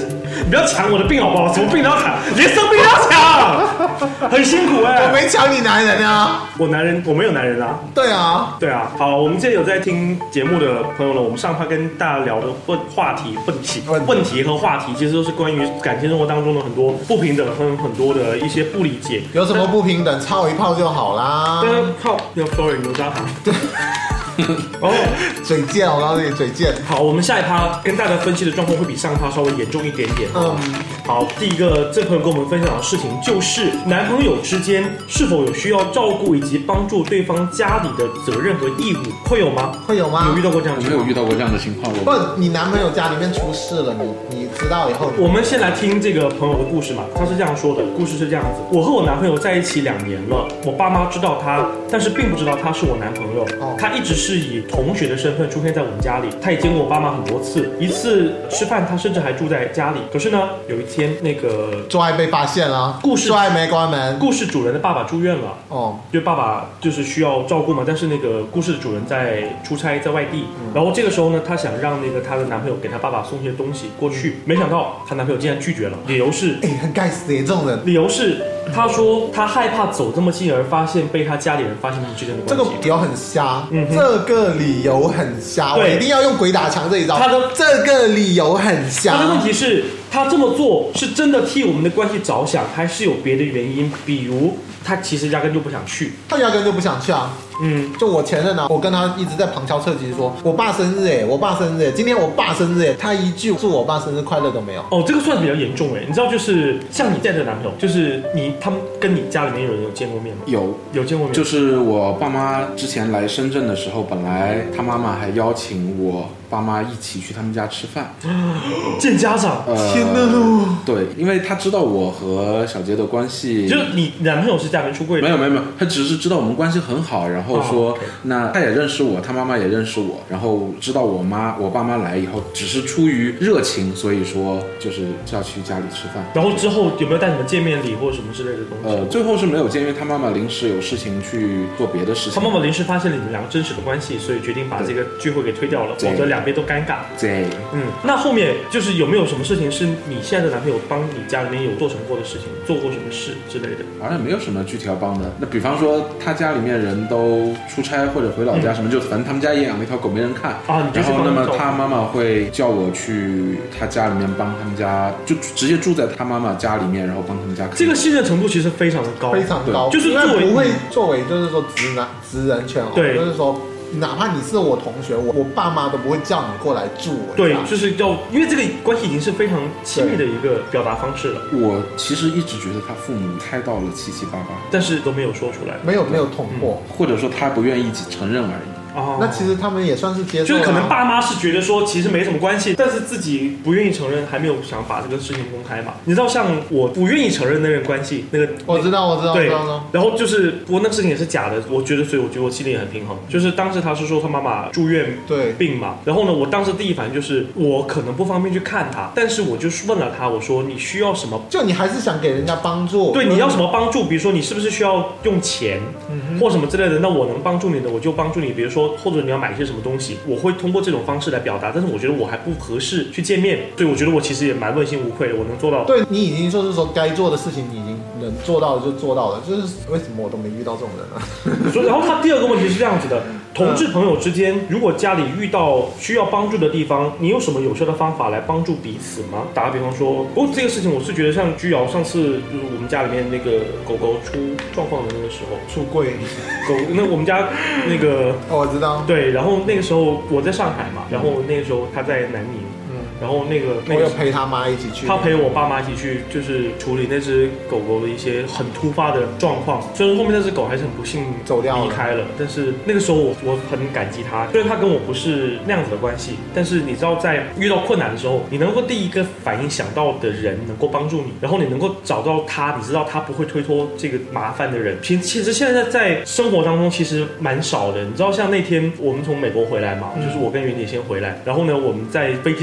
不要抢我的病好不好？什么病都要抢，连生病都要抢，很辛苦哎、 我没抢你男人啊。 我男人，我没有男人啊。 对啊， 对啊，好，我们今天有在听节目的朋友呢，我们上趴跟大家聊的话题、问题和话题，其实都是关于感情生活当中的很多不平等和很多的一些不理解。 有什么不平等，操一炮就好啦。 但是靠，要 sorry 牛轧糖。哦， 嘴贱，我告诉你，嘴贱。 好，我们下一趴跟大家分析的状况会比上一趴稍微严重一点点。好，第一个这朋友跟我们分享的事情就是男朋友之间是否有需要照顾以及帮助对方家里的责任和义务，会有吗？ 会有吗？ 有遇到过这样的我情况？ 没有遇到过这样的情况。 不，你男朋友家里面出事了，你知道以后， 我们先来听这个朋友的故事嘛。他是这样说的，故事是这样子：我和我男朋友在一起2年了，我爸妈知道他，但是并不知道他是我男朋友。他一直是以同学的身份出现在我们家里，他也见过我爸妈很多次，一次吃饭他甚至还住在家里。可是呢，有一天那个做爱被发现了，做爱没关门。 故事主人的爸爸住院了，就爸爸就是需要照顾嘛，但是那个故事的主人在出差在外地，然后这个时候呢，她想让那个她的男朋友给她爸爸送些东西过去，没想到她男朋友竟然拒绝了，理由是， 很该死耶，这种人。 理由是她说她害怕走这么近而发现被她家里人发现他们之间的关系。 这个理由很瞎，这个理由很瞎，我一定要用鬼打墙这一招。这个理由很瞎。 他的问题是，他这么做是真的替我们的关系着想，还是有别的原因？比如他其实压根就不想去， 他压根就不想去啊。就我前任啊，我跟他一直在旁敲侧击说，我爸生日哎，我爸生日哎，今天我爸生日哎，他一句祝我爸生日快乐都没有。 哦，这个算比较严重哎，你知道就是像你现在的男朋友，就是他们跟你家里面有人有见过面吗？有见过面。就是我爸妈之前来深圳的时候，本来他妈妈还邀请我爸妈一起去他们家吃饭， 见家长。 天哪！ 对，因为他知道我和小杰的关系， 就是你男朋友是家里面出柜的？ 没有，他只是知道我们关系很好，然后说，那他也认识我，他妈妈也认识我，然后知道我爸妈来以后，只是出于热情，所以说就是要去家里吃饭。 然后之后有没有带什么见面礼或者什么之类的东西？ 最后是没有见，因为他妈妈临时有事情去做别的事情。 他妈妈临时发现了你们两个真实的关系，所以决定把这个聚会给推掉了，否则两边都尴尬。 对， 那后面就是有没有什么事情是你现在的男朋友帮你家里面有做成过的事情，做过什么事之类的？ 好像没有什么具体要帮的。那比方说他家里面人都出差或者回老家什么，就反正他们家也养了一条狗没人看啊，你就去帮他然后那么他妈妈会叫我去他家里面帮他们家，就直接住在他妈妈家里面，然后帮他们家看。 这个信任程度其实非常的高， 非常高， 就是不会作为就是说职人权对， 就是说。哪怕你是我同学，我爸妈都不会叫你过来住。 对，就是要，因为这个关系已经是非常亲密的一个表达方式了。 我其实一直觉得他父母猜到了七七八八， 但是都没有说出来， 没有捅破， 或者说他不愿意承认而已。 那其实他们也算是接受， 就是可能爸妈是觉得说其实没什么关系，但是自己不愿意承认，还没有想把这个事情公开嘛。你知道，像我不愿意承认那段关系，那个我知道， 对，然后就是不过那个事情也是假的，我觉得，所以我觉得我心里也很平衡。就是当时他是说他妈妈住院病嘛，然后呢，我当时第一反应就是我可能不方便去看他，但是我就问了他，我说你需要什么？ 就你还是想给人家帮助， 对，你要什么帮助？比如说你是不是需要用钱，或什么之类的？那我能帮助你的，我就帮助你。比如说，或者你要买一些什么东西，我会通过这种方式来表达。但是我觉得我还不合适去见面，所以我觉得我其实也蛮问心无愧的，我能做到。 对，你已经就是说该做的事情，你已经能做到的就做到了。就是为什么我都没遇到这种人啊？ 所以，然后他第二个问题是这样子的：同志朋友之间，如果家里遇到需要帮助的地方，你有什么有效的方法来帮助彼此吗？打个比方说，不过这个事情我是觉得像居瑶上次就是我们家里面那个狗狗出状况的那个时候， 出柜狗，那我们家那个我知道， 对，然后那个时候我在上海嘛，然后那个时候他在南宁。然后我有陪他妈一起去， 他陪我爸妈一起去，就是处理那只狗狗的一些很突发的状况。虽然后面那只狗还是很不幸走掉离开了，但是那个时候我很感激他。虽然他跟我不是那样子的关系，但是你知道，在遇到困难的时候，你能够第一个反应想到的人能够帮助你，然后你能够找到他，你知道他不会推脱这个麻烦的人。其实现在在生活当中其实蛮少的。你知道，像那天我们从美国回来嘛，就是我跟袁姐先回来，然后呢，我们在飞机上的时候我们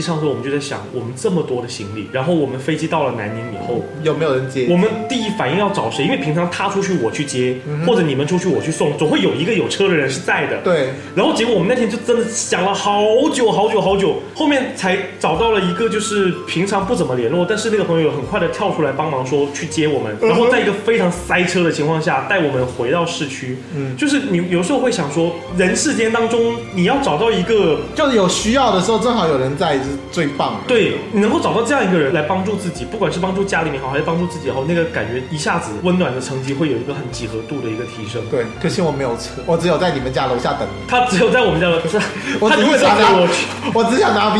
就在想，我们这么多的行李，然后我们飞机到了南宁以后， 有没有人接？ 我们第一反应要找谁？因为平常他出去我去接，或者你们出去我去送，总会有一个有车的人是在的。 对。 然后结果我们那天就真的想了好久，后面才找到了一个就是平常不怎么联络，但是那个朋友很快的跳出来帮忙说去接我们，然后在一个非常塞车的情况下带我们回到市区。就是你有时候会想说，人世间当中你要找到一个就是有需要的时候正好有人在是最棒的。 对，你能够找到这样一个人来帮助自己，不管是帮助家里面好还是帮助自己好，那个感觉一下子温暖的层级会有一个很几何度的一个提升。 对，可惜我没有车，我只有在你们家楼下等你。 他只有在我们家楼下， 我只想拿我只想拿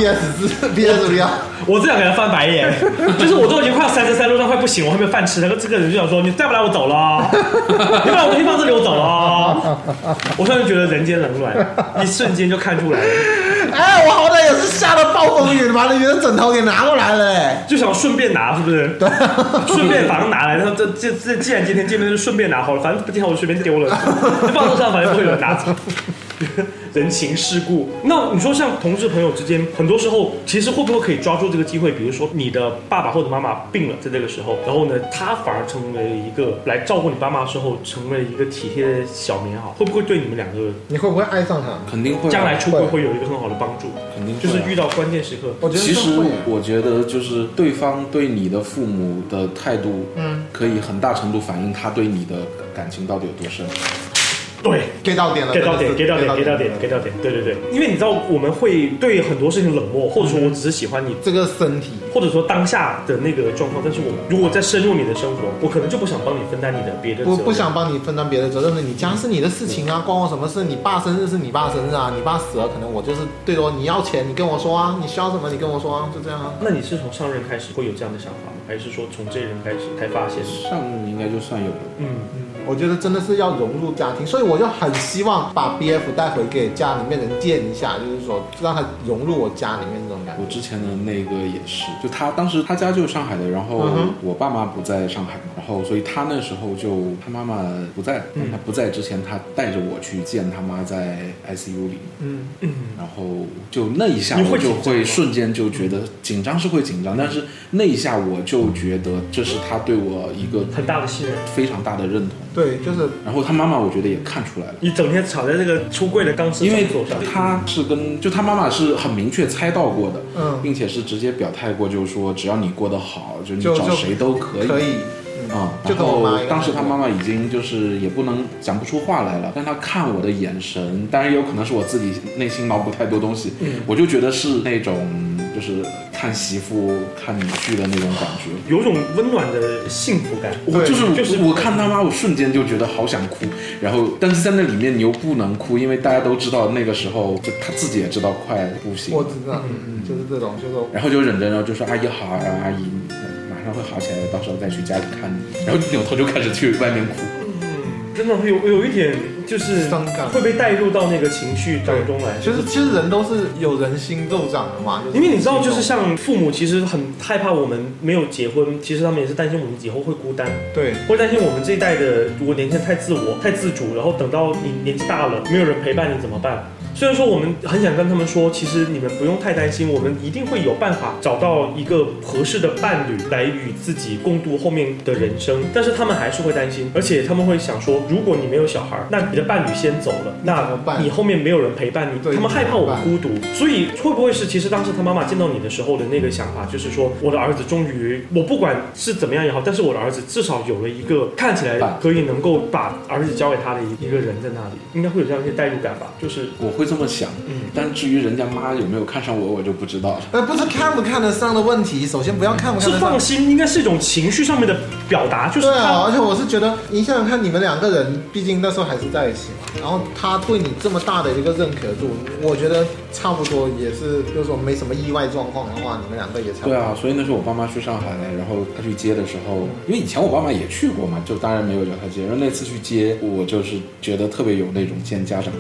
BS 标， 我只想给他翻白眼，就是我都已经快要33路上快不行，我还没有饭吃，这个人就想说你再不来我走了，你把我东西放这里我走了。我突然觉得人间冷暖一瞬间就看出来了。 哎，我好歹也是下了暴风雨把你的枕头给拿过来了嘞， 就想顺便拿，是不是？对，顺便反正拿来，然后这既然今天见面就顺便拿好了，反正不见好我随便丢了，就放桌上，反正不会有人拿走。人情世故。那你说像同志朋友之间，很多时候其实会不会可以抓住这个机会？比如说你的爸爸或者妈妈病了，在这个时候，然后呢，他反而成为了一个来照顾你爸妈的时候，成为了一个体贴的小棉袄，会不会对你们两个？ 你会不会爱上他？ 肯定会。 将来出柜会有一个很好的帮助， 肯定会。 就是遇到关键时刻。 我觉得其实我觉得就是对方对你的父母的态度，可以很大程度反映他对你的感情到底有多深。 对 ，get 到点了 ，get 到点，对对对，因为你知道我们会对很多事情冷漠，或者说我只是喜欢你这个身体， 或者说当下的那个状况，但是我如果再深入你的生活，我可能就不想帮你分担你的别的责任， 不想帮你分担别的责任了。你家是你的事情啊，关我什么事？你爸生日是你爸生日啊，你爸死了，可能我就是最多你要钱，你跟我说啊，你需要什么你跟我说啊，就这样啊。 那你是从上任开始会有这样的想法吗？还是说从这一任开始才发现？ 上任应该就算有了。 我觉得真的是要融入家庭，所以我就很希望把 BF 带回给家里面人见一下，就是说让他融入我家里面这种感觉。 我之前的那个也是，就他当时他家就是上海的，然后我爸妈不在上海嘛，然后所以他那时候就他妈妈不在，他不在之前，他带着我去见他妈在 ICU 里，然后就那一下我就会瞬间就觉得紧张是会紧张，但是那一下我就觉得这是他对我一个很大的信任， 非常大的认同。 对，就是， 然后他妈妈我觉得也看出来了， 你整天躺在这个出柜的钢丝绳索上， 他是就他妈妈是很明确猜到过的，并且是直接表态过，就是说只要你过得好，就你找谁都可以。然后当时他妈妈已经就是也不能讲不出话来了，但他看我的眼神，当然也有可能是我自己内心脑补太多东西，我就觉得是那种就是看媳妇看女婿的那种感觉， 有种温暖的幸福感。 就是我看他妈，我瞬间就觉得好想哭，然后但是在那里面你又不能哭，因为大家都知道那个时候就他自己也知道快不行。 我知道，就是这种，就是然后就忍着，然后就说阿姨好啊，阿姨马上会好起来的，到时候再去家里看你，然后扭头就开始去外面哭。 真的会有一点就是伤感， 会被带入到那个情绪当中来。 其实人都是有人心肉长的嘛， 因为你知道，就是像父母其实很害怕我们没有结婚，其实他们也是担心我们以后会孤单， 对， 会担心我们这一代的如果年轻人太自我、太自主，然后等到你年纪大了，没有人陪伴你怎么办？虽然说我们很想跟他们说，其实你们不用太担心，我们一定会有办法找到一个合适的伴侣来与自己共度后面的人生，但是他们还是会担心，而且他们会想说，如果你没有小孩，那你的伴侣先走了，那你后面没有人陪伴你，他们害怕我们孤独，所以会不会是其实当时他妈妈见到你的时候的那个想法，就是说我的儿子终于，我不管是怎么样也好，但是我的儿子至少有了一个看起来可以能够把儿子交给他的一个人在那里，应该会有这样一些代入感吧？就是我会这么想，但至于人家妈有没有看上我就不知道了。 不是看不看得上的问题，首先不要看不看得上， 是放心，应该是一种情绪上面的表达，就是对啊。而且我是觉得，你想想看，你们两个人，毕竟那时候还是在一起嘛，然后他对你这么大的一个认可度，我觉得差不多也是，就是说没什么意外状况的话，你们两个也差不多。 对啊，所以那时候我爸妈去上海，然后他去接的时候，因为以前我爸妈也去过嘛，就当然没有叫他接，然后那次去接，我就是觉得特别有那种见家长的感觉。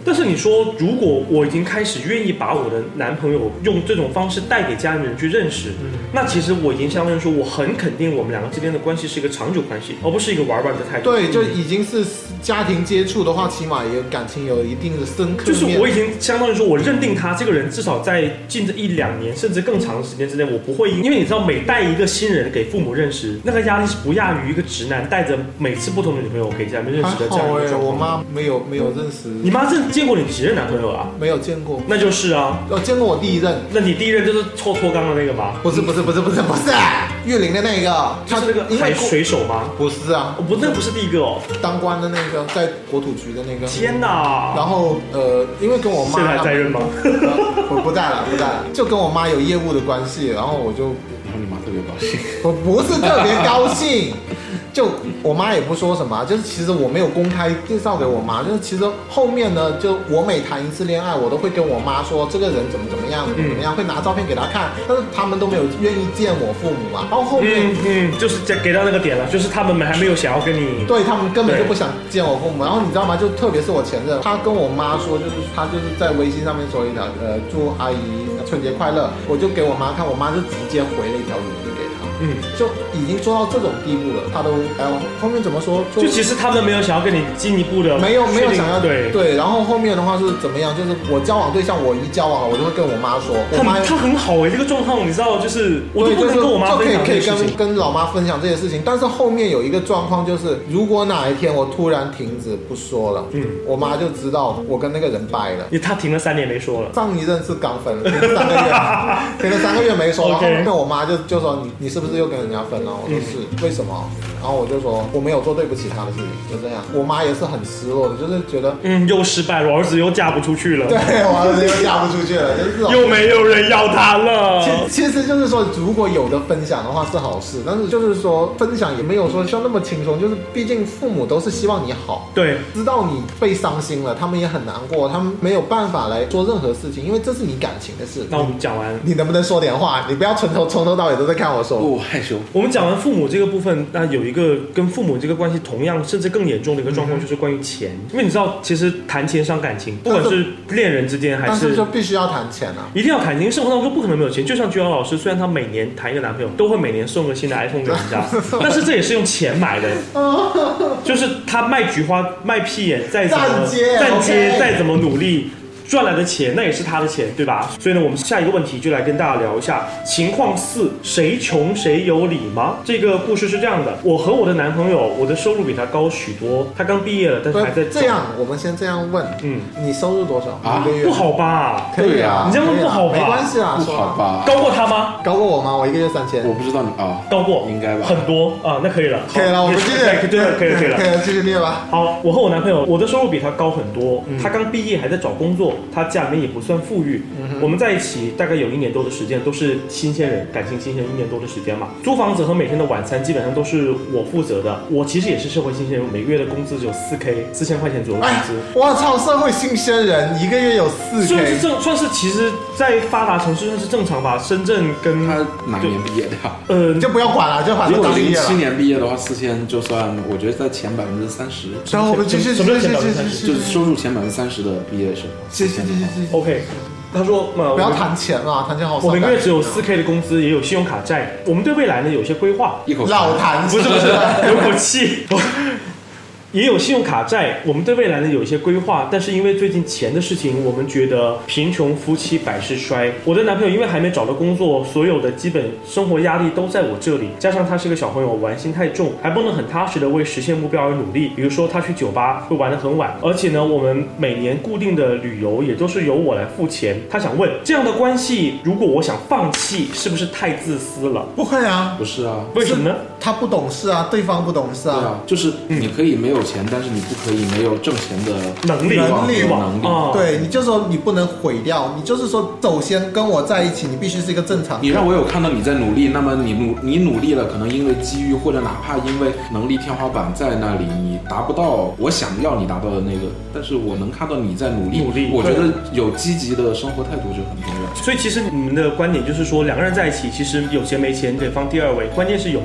但是你说，如果我已经开始愿意把我的男朋友用这种方式带给家里人去认识，那其实我已经相当于说，我很肯定我们两个之间的关系是一个长久关系，而不是一个玩玩的态度。 对，就已经是家庭接触的话，起码也感情有一定的深刻面。 就是我已经相当于说，我认定他这个人至少在近这1-2年甚至更长的时间之内，我不会因为你知道，每带一个新人给父母认识，那个压力是不亚于一个直男带着每次不同的女朋友给家里面认识的这样一个状况。 我妈没有认识。 你妈见过你几任男朋友啊？ 没有见过。 那就是啊， 我见过我第一任。 那你第一任就是臭脱肛的那个吗？ 不是，玉林的那个， 他是那个海水手吗？ 不是啊， 那不是第一个哦， 当官的那个，在国土局的那个。 天哪！ 然后因为跟我妈现在还在任吗？ 我不在了，就跟我妈有业务的关系，然后我就， 然后你妈特别高兴。 我不是特别高兴。就我妈也不说什么，就是其实我没有公开介绍给我妈，就是其实后面呢，就我每谈一次恋爱，我都会跟我妈说这个人怎么样，会拿照片给她看，但是他们都没有愿意见我父母嘛。然后后面就是给到那个点了，就是他们还没有想要跟你， 对他们根本就不想见我父母。然后你知道吗？就特别是我前任，他跟我妈说，就是他就是在微信上面说一条祝阿姨春节快乐，我就给我妈看，我妈就直接回了一条语音给他。就已经做到这种地步了，他都后面怎么说？ 就其实他们没有想要跟你进一步的， 没有想要对。 然后后面的话是怎么样？就是我交往对象，我一交往，我就会跟我妈说， 他很好这个状况你知道，就是我都不能跟我妈分享这些事情， 跟老妈分享这些事情。但是后面有一个状况就是，如果哪一天我突然停止不说了，我妈就知道我跟那个人掰了。 他停了3年没说了， 上一任是刚分，停了3个月，停了3个月没说。然后那我妈就说你是不是又跟人家分了？我说是，为什么？然后我就说我没有做对不起他的事情，就这样。我妈也是很失落的，就是觉得又失败了，我儿子又嫁不出去了。 对，我儿子又嫁不出去了，就是这种。 又没有人要他了。 其实就是说，如果有的分享的话是好事，但是就是说分享也没有说像那么轻松，就是毕竟父母都是希望你好， 对， 知道你被伤心了，他们也很难过，他们没有办法来做任何事情，因为这是你感情的事。 那我们讲完， 你能不能说点话？你不要从头到尾都在看我说。 我害羞。 我们讲完父母这个部分，那有一个跟父母这个关系同样甚至更严重的一个状况，就是关于钱。因为你知道，其实谈钱伤感情，不管是恋人之间还是， 但是就必须要谈钱啊， 一定要谈钱。因为生活当中不可能没有钱。就像居瑶老师，虽然他每年谈一个男朋友，都会每年送个新的 iPhone 给人家，但是这也是用钱买的。就是他卖菊花卖屁眼，再怎么站街，再怎么努力。赚来的钱，那也是他的钱，对吧？所以呢，我们下一个问题就来跟大家聊一下情况4：谁穷谁有理吗？这个故事是这样的：我和我的男朋友，我的收入比他高许多，他刚毕业了，但是还在这样。我们先这样问，你收入多少啊？不好吧？ 可以啊， 你这样问不好吧？ 没关系啊， 不好吧？ 高过他吗？ 高过我吗？我1个月3000。 我不知道你啊， 高过应该吧？ 很多啊，那可以了， 可以了，我们继续， 可以了， 继续列吧。 好，我和我男朋友，我的收入比他高很多，他刚毕业还在找工作，他家里面也不算富裕，我们在一起大概有1年多的时间，都是新鲜人，感情新鲜1年多的时间嘛。租房子和每天的晚餐基本上都是我负责的。我其实也是社会新鲜人，每个月的工资只有4000块钱左右工资。 我操，社会新鲜人1个月有4K， 算是其实，在发达城市算是正常吧。深圳跟他哪年毕业的呀？ 你就不要管了，就反正如果07年毕业的话，4000就算，我觉得在前30%。 然后我们继续， 就是收入前30%的毕业生。 谢。 OK。他说不要谈钱啊，谈钱好。 我每个月只有4K 的工资，也有信用卡债。我们对未来呢有些规划。 老谈不是，有口气。也有信用卡债，我们对未来呢有一些规划，但是因为最近钱的事情，我们觉得贫穷夫妻百事衰。我的男朋友因为还没找到工作，所有的基本生活压力都在我这里，加上他是个小朋友，玩心太重，还不能很踏实的为实现目标而努力。比如说他去酒吧会玩得很晚，而且呢，我们每年固定的旅游也都是由我来付钱。他想问，这样的关系如果我想放弃，是不是太自私了？ 不会啊， 不是啊， 为什么呢？ 他不懂事啊，对方不懂事啊。 对啊，就是你可以没有钱，但是你不可以没有挣钱的能力。 对，你就说你不能毁掉，你就是说，首先跟我在一起，你必须是一个正常。 你让我有看到你在努力，那么你努力了，可能因为机遇或者哪怕因为能力天花板在那里，你达不到我想要你达到的那个，但是我能看到你在努力，我觉得有积极的生活态度就很重要。 所以其实你们的观点就是说，2个人在一起，其实有钱没钱得放第2位，关键是有没有在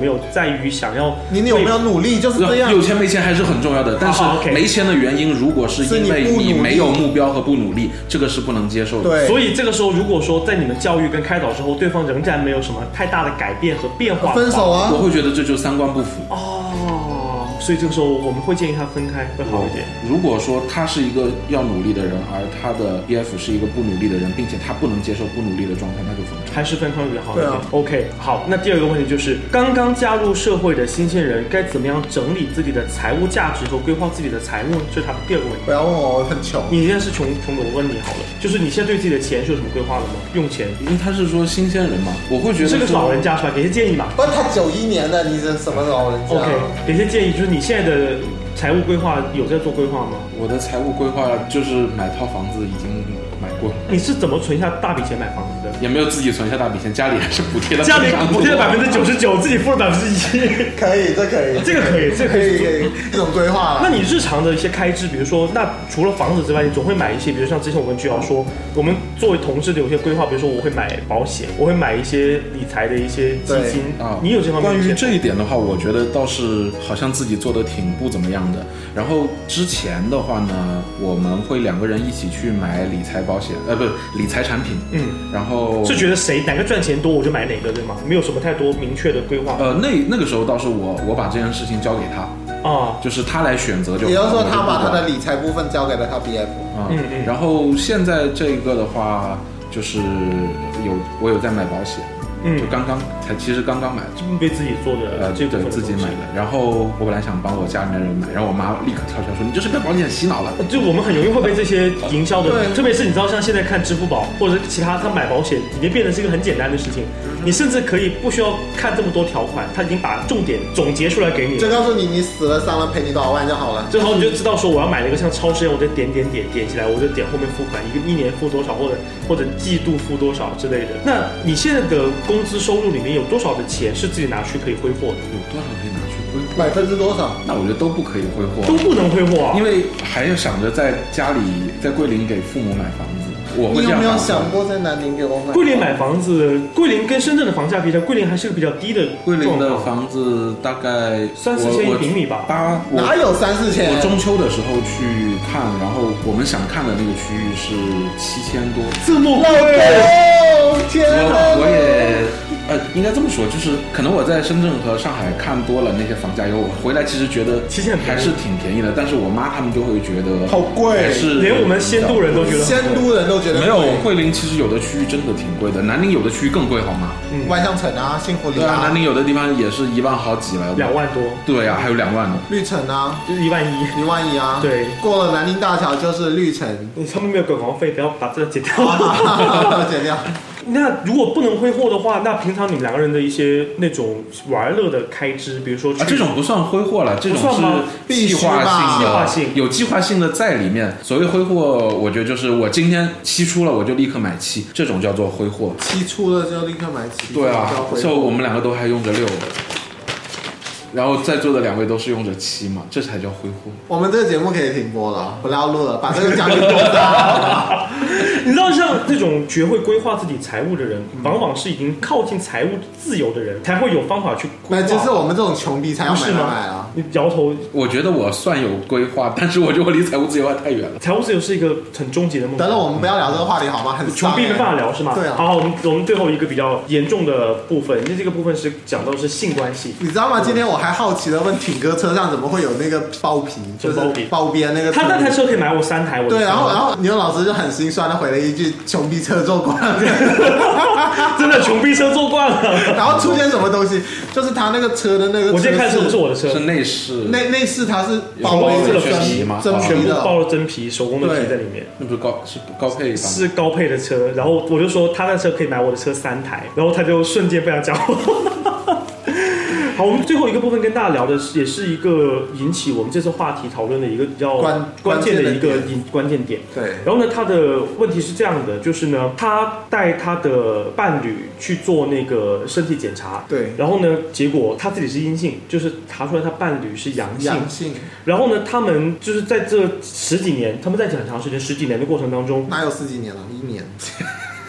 在于想要你有没有努力，就是这样。 有钱没钱还是很重要的，但是没钱的原因，如果是因为你没有目标和不努力，这个是不能接受的。 对， 所以这个时候，如果说在你们教育跟开导之后，对方仍然没有什么太大的改变和变化， 分手啊， 我会觉得这就三观不符哦。所以这个时候我们会建议他分开会好一点。 如果说他是一个要努力的人，而他的 BF 是一个不努力的人，并且他不能接受不努力的状态，那就分开。 还是分开会比较好一点。 对啊 OK， 好，那第二个问题就是刚刚加入社会的新鲜人该怎么样整理自己的财务价值和规划自己的财务，这是他的第二个问题。 不要问我，我很穷。 你现在是穷的，我问你好了，就是你现在对自己的钱是有什么规划的吗？用钱， 因为他是说新鲜人嘛，我会觉得这个是老人家是吧？给些建议嘛。 不是他91年的，你这什么老人家 OK， 给些建议，就是你现在的财务规划有在做规划吗？ 我的财务规划就是买套房子已经买过了。 你是怎么存下大笔钱买房子的？ 也没有自己存下大笔钱，家里还是补贴的。 家里补贴了99%，自己付了1%。 可以，这可以， 这个可以，这个可以， 这种规划。 那你日常的一些开支，比如说，那除了房子之外，你总会买一些，比如像之前我跟居瑶说，我们作为同志的有些规划，比如说我会买保险，我会买一些理财的一些基金啊。 你有这方面？ 关于这一点的话，我觉得倒是好像自己做的挺不怎么样的。然后之前的话呢，我们会2个人一起去买理财保险，不是理财产品。然后是觉得哪个赚钱多我就买哪个，对吗？没有什么太多明确的规划。 那个时候倒是我把这件事情交给他啊，就是他来选择就好。 也就是说，他把他的理财部分交给了他 BF 啊。然后现在这个的话，就是我有在买保险。就其实刚刚买的， 为自己做的， 对，自己买的。然后我本来想帮我家里面人买，然后我妈立刻跳出来说：“你就是被保险洗脑了。” 就我们很容易会被这些营销的，特别是你知道，像现在看支付宝或者其他，他买保险已经变成是一个很简单的事情，你甚至可以不需要看这么多条款，他已经把重点总结出来给你， 就告诉你你死了伤了赔你多少万就好了。 之后你就知道说我要买那个像超市一样，我就点起来，我就点后面付款，一年付多少，或者季度付多少之类的。那你现在的工资收入里面有多少的钱是自己拿去可以挥霍的？ 有多少可以拿去挥霍 ？%多少？ 那我觉得都不可以挥霍， 都不能挥霍啊， 因为还要想着在家里在桂林给父母买房子。我会这样。 你有没有想过在南宁给我买？ 桂林买房子，桂林跟深圳的房价比起来，桂林还是个比较低的。 桂林的房子大概 3-4千一平米吧。 哪有3-4千？ 我中秋的时候去看，然后我们想看的那个区域是7000多。 这么贵？ 天哪！ 我也应该这么说，就是可能我在深圳和上海看多了那些房价以后，我回来其实觉得还是挺便宜的，但是我妈他们就会觉得好贵， 是连我们仙都人都觉得， 仙都人都觉得没有。桂林其实有的区域真的挺贵的，南宁有的区域更贵，好吗？ 万象城啊，幸福里啊，南宁有的地方也是1万好几了 ，2万多。 对啊，还有2万呢。 绿城啊， 就是11000 啊。 对， 过了南宁大桥就是绿城。 他们没有广告费，不要把这个剪掉。 剪掉。 那如果不能挥霍的话，那平常你们2个人的一些那种玩乐的开支，比如说这种不算挥霍了，这种是计划性，有计划性的在里面。所谓挥霍，我觉得就是我今天期出了，我就立刻买期，这种叫做挥霍。 期出了就立刻买期。 对啊，就我们2个都还用着6。然后在座的2位都是用着7嘛，这才叫挥霍。 我们这个节目可以停播了，不要录了，把这个讲给公司。 你知道，像这种学会规划自己财务的人，往往是已经靠近财务自由的人，才会有方法去规划。 就是我们这种穷逼才要买啊！ 你摇头。 我觉得我算有规划，但是我觉得我离财务自由还太远了。 财务自由是一个很终极的梦想。 等等，我们不要聊这个话题好吗？很穷逼没办法聊是吗？ 对啊。 好，我们最后一个比较严重的部分，因为这个部分是讲到的是性关系。 你知道吗？今天我还好奇的问挺哥车上怎么会有那个包皮，就是包边那个。 他那台车可以买我3台， 对，然后牛老师就很心酸的回了一句：“穷逼车坐惯了。” 真的穷逼车坐惯了。 然后出现什么东西？就是他那个车的那个。 我今天看车不是我的车， 是内饰。 内饰它是包了真皮吗？ 全部包了真皮，手工的皮在里面。 那不是高配？ 是高配的车。然后我就说他那车可以买我的车3台，然后他就瞬间非常骄傲。好，我们最后一个部分跟大家聊的也是一个引起我们这次话题讨论的一个比较关键的一个关键点。 对。 然后呢，他的问题是这样的，就是呢，他带他的伴侣去做那个身体检查。 对。 然后呢，结果他自己是阴性，就是查出来他伴侣是阳性。然后呢，他们就是在这10几年，他们在很长时间10几年的过程当中， 哪有10几年了？1年。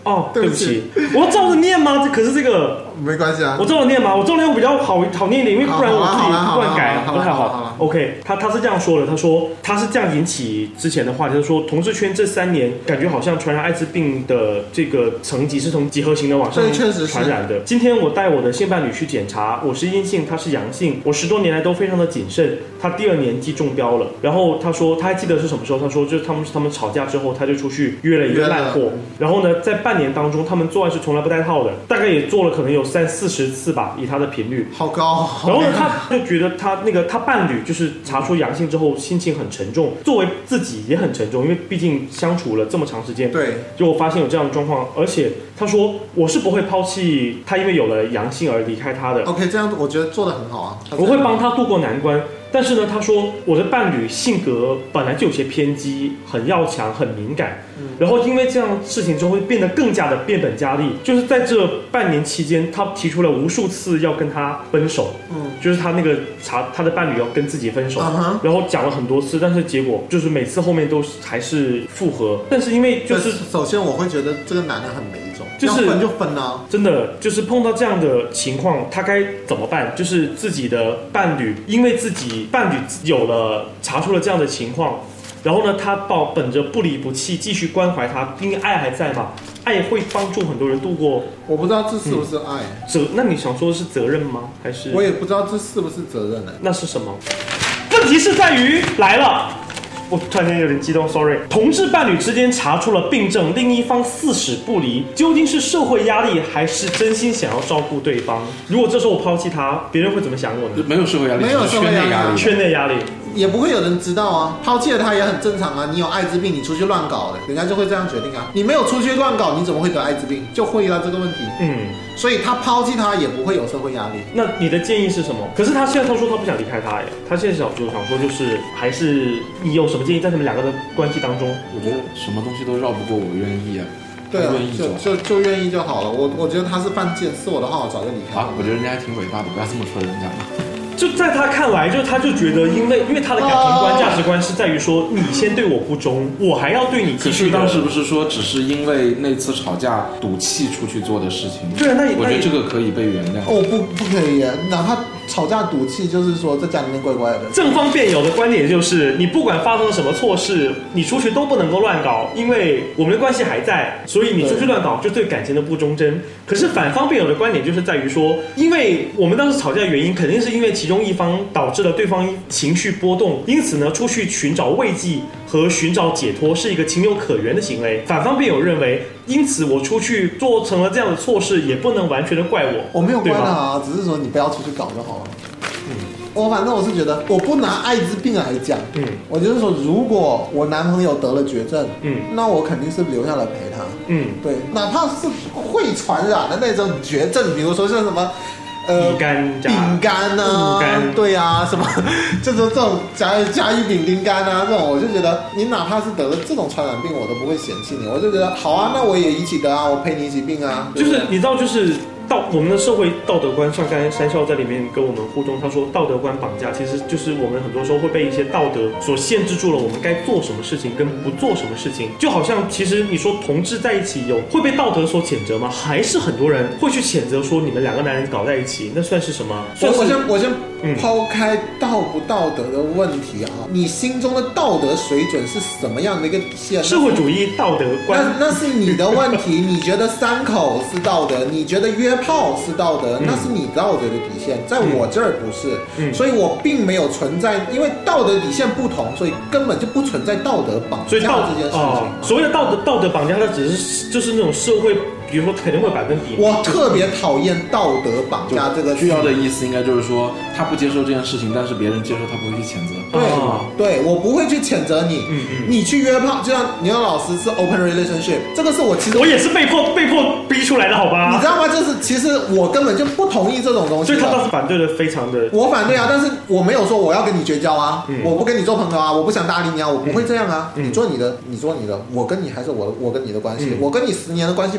哦，对不对不起起，我要照着念吗？可是这个没关系啊我。照着念吗？我照着念比较好念一点，因为不然我自己乱改好不太好。 OK， 他是这样说的，他说他是这样引起之前的话题，就是说同志圈这3年感觉好像传染艾滋病的这个层级是从几何型的往上对确实是传染的。今天我带我的性伴侣去检查，我是阴性，他是阳性，我10多年来都非常的谨慎。他第2年级中标了，然后他说他还记得是什么时候，他说就是他们吵架之后，他就出去约了一个烂货，然后呢，在半年当中，他们做爱是从来不带套的，大概也做了可能有30-40次吧，以他的频率。 好高。 然后呢，他就觉得他伴侣就是查出阳性之后，心情很沉重，作为自己也很沉重，因为毕竟相处了这么长时间。 对， 就我发现有这样的状况，而且他说我是不会抛弃他，因为有了阳性而离开他的。 OK， 这样我觉得做得很好啊。 我会帮他度过难关。但是呢，他说我的伴侣性格本来就有些偏激，很要强，很敏感，然后因为这样事情之后会变得更加的变本加厉。就是在这半年期间，他提出了无数次要跟他分手，就是他他的伴侣要跟自己分手，然后讲了很多次，但是结果就是每次后面都还是复合。但是因为就是首先我会觉得这个男的很没种， 就是要分就分啊， 真的就是碰到这样的情况，他该怎么办？就是自己的伴侣，因为自己伴侣查出了这样的情况，然后呢，他本着不离不弃，继续关怀他，因为爱还在嘛，爱会帮助很多人度过。 我不知道这是不是爱， 那你想说的是责任吗？还是我也不知道这是不是责任呢？ 那是什么？问题是在于来了。我突然间有点激动 ，sorry。同志伴侣之间查出了病症，另一方誓死不离，究竟是社会压力，还是真心想要照顾对方？如果这时候我抛弃他，别人会怎么想我呢？ 没有社会压力， 没有社会压力， 圈内压力。 也不会有人知道啊，抛弃了他也很正常啊。你有艾滋病，你出去乱搞的，人家就会这样决定啊。你没有出去乱搞，你怎么会得艾滋病？就会到这个问题。所以他抛弃他也不会有社会压力。 那你的建议是什么？可是他现在说他不想离开他耶，他现在想说就是还是你有什么建议在他们2个的关系当中？ 我觉得什么东西都绕不过我愿意啊。 对啊，就愿意就好了。我觉得他是犯贱，是我的话我早就离开了。 我觉得人家还挺伟大的，不要这么说人家嘛。 就在他看来，他就觉得，因为他的感情观、价值观是在于说，你先对我不忠，我还要对你继续的。 可是当时不是说只是因为那次吵架赌气出去做的事情？ 对啊， 我觉得这个可以被原谅。 不可以，哪怕吵架赌气，就是说在家里面乖乖的。 正方辩友的观点就是，你不管发生了什么错事，你出去都不能够乱搞，因为我们的关系还在，所以你出去乱搞就对感情的不忠贞。可是反方辩友的观点就是在于说，因为我们当时吵架的原因，肯定是因为其中一方导致了对方情绪波动，因此呢，出去寻找慰藉和寻找解脱是一个情有可原的行为。反方辩友认为，因此我出去做成了这样的错事，也不能完全的怪我。 我没有怪他啊，只是说你不要出去搞就好了。反正我是觉得，我不拿艾滋病来讲，我就是说，如果我男朋友得了绝症，那我肯定是留下来陪他，对，哪怕是会传染的那种绝症，比如说像什么。 饼干啊，对啊，什么这种甲乙丙丁肝啊，这种我就觉得你哪怕是得了这种传染病，我都不会嫌弃你，我就觉得好啊，那我也一起得啊，我陪你一起病啊。 就是你知道，就是我们的社会道德观，像刚才山笑在里面跟我们互动，他说道德观绑架，其实就是我们很多时候会被一些道德所限制住了，我们该做什么事情跟不做什么事情。就好像其实你说同志在一起会被道德所谴责吗？还是很多人会去谴责说你们2个男人搞在一起，那算是什么？ 我先抛开道不道德的问题啊，你心中的道德水准是什么样的一个底线？ 社会主义道德观， 那是你的问题。你觉得3口是道德，你觉得约炮是道德，那是你道德的底线，在我这儿不是，所以我并没有存在，因为道德底线不同，所以根本就不存在道德绑架这件事情。 所谓的道德绑架，它只是就是那种社会。比如说肯定会100%， 我特别讨厌道德绑架这个。 需要的意思应该就是说，他不接受这件事情，但是别人接受，他不会去谴责。 对，我不会去谴责你。你去约炮，就像牛老师是 open relationship， 这个是我其实我也是被迫逼出来的，好吧？ 你知道吗？就是其实我根本就不同意这种东西。 所以他倒是反对的，非常的。 我反对啊，但是我没有说我要跟你绝交啊，我不跟你做朋友啊，我不想搭理你啊，我不会这样啊。你做你的，我跟你还是我跟你的关系，我跟你10年的关系摆在这。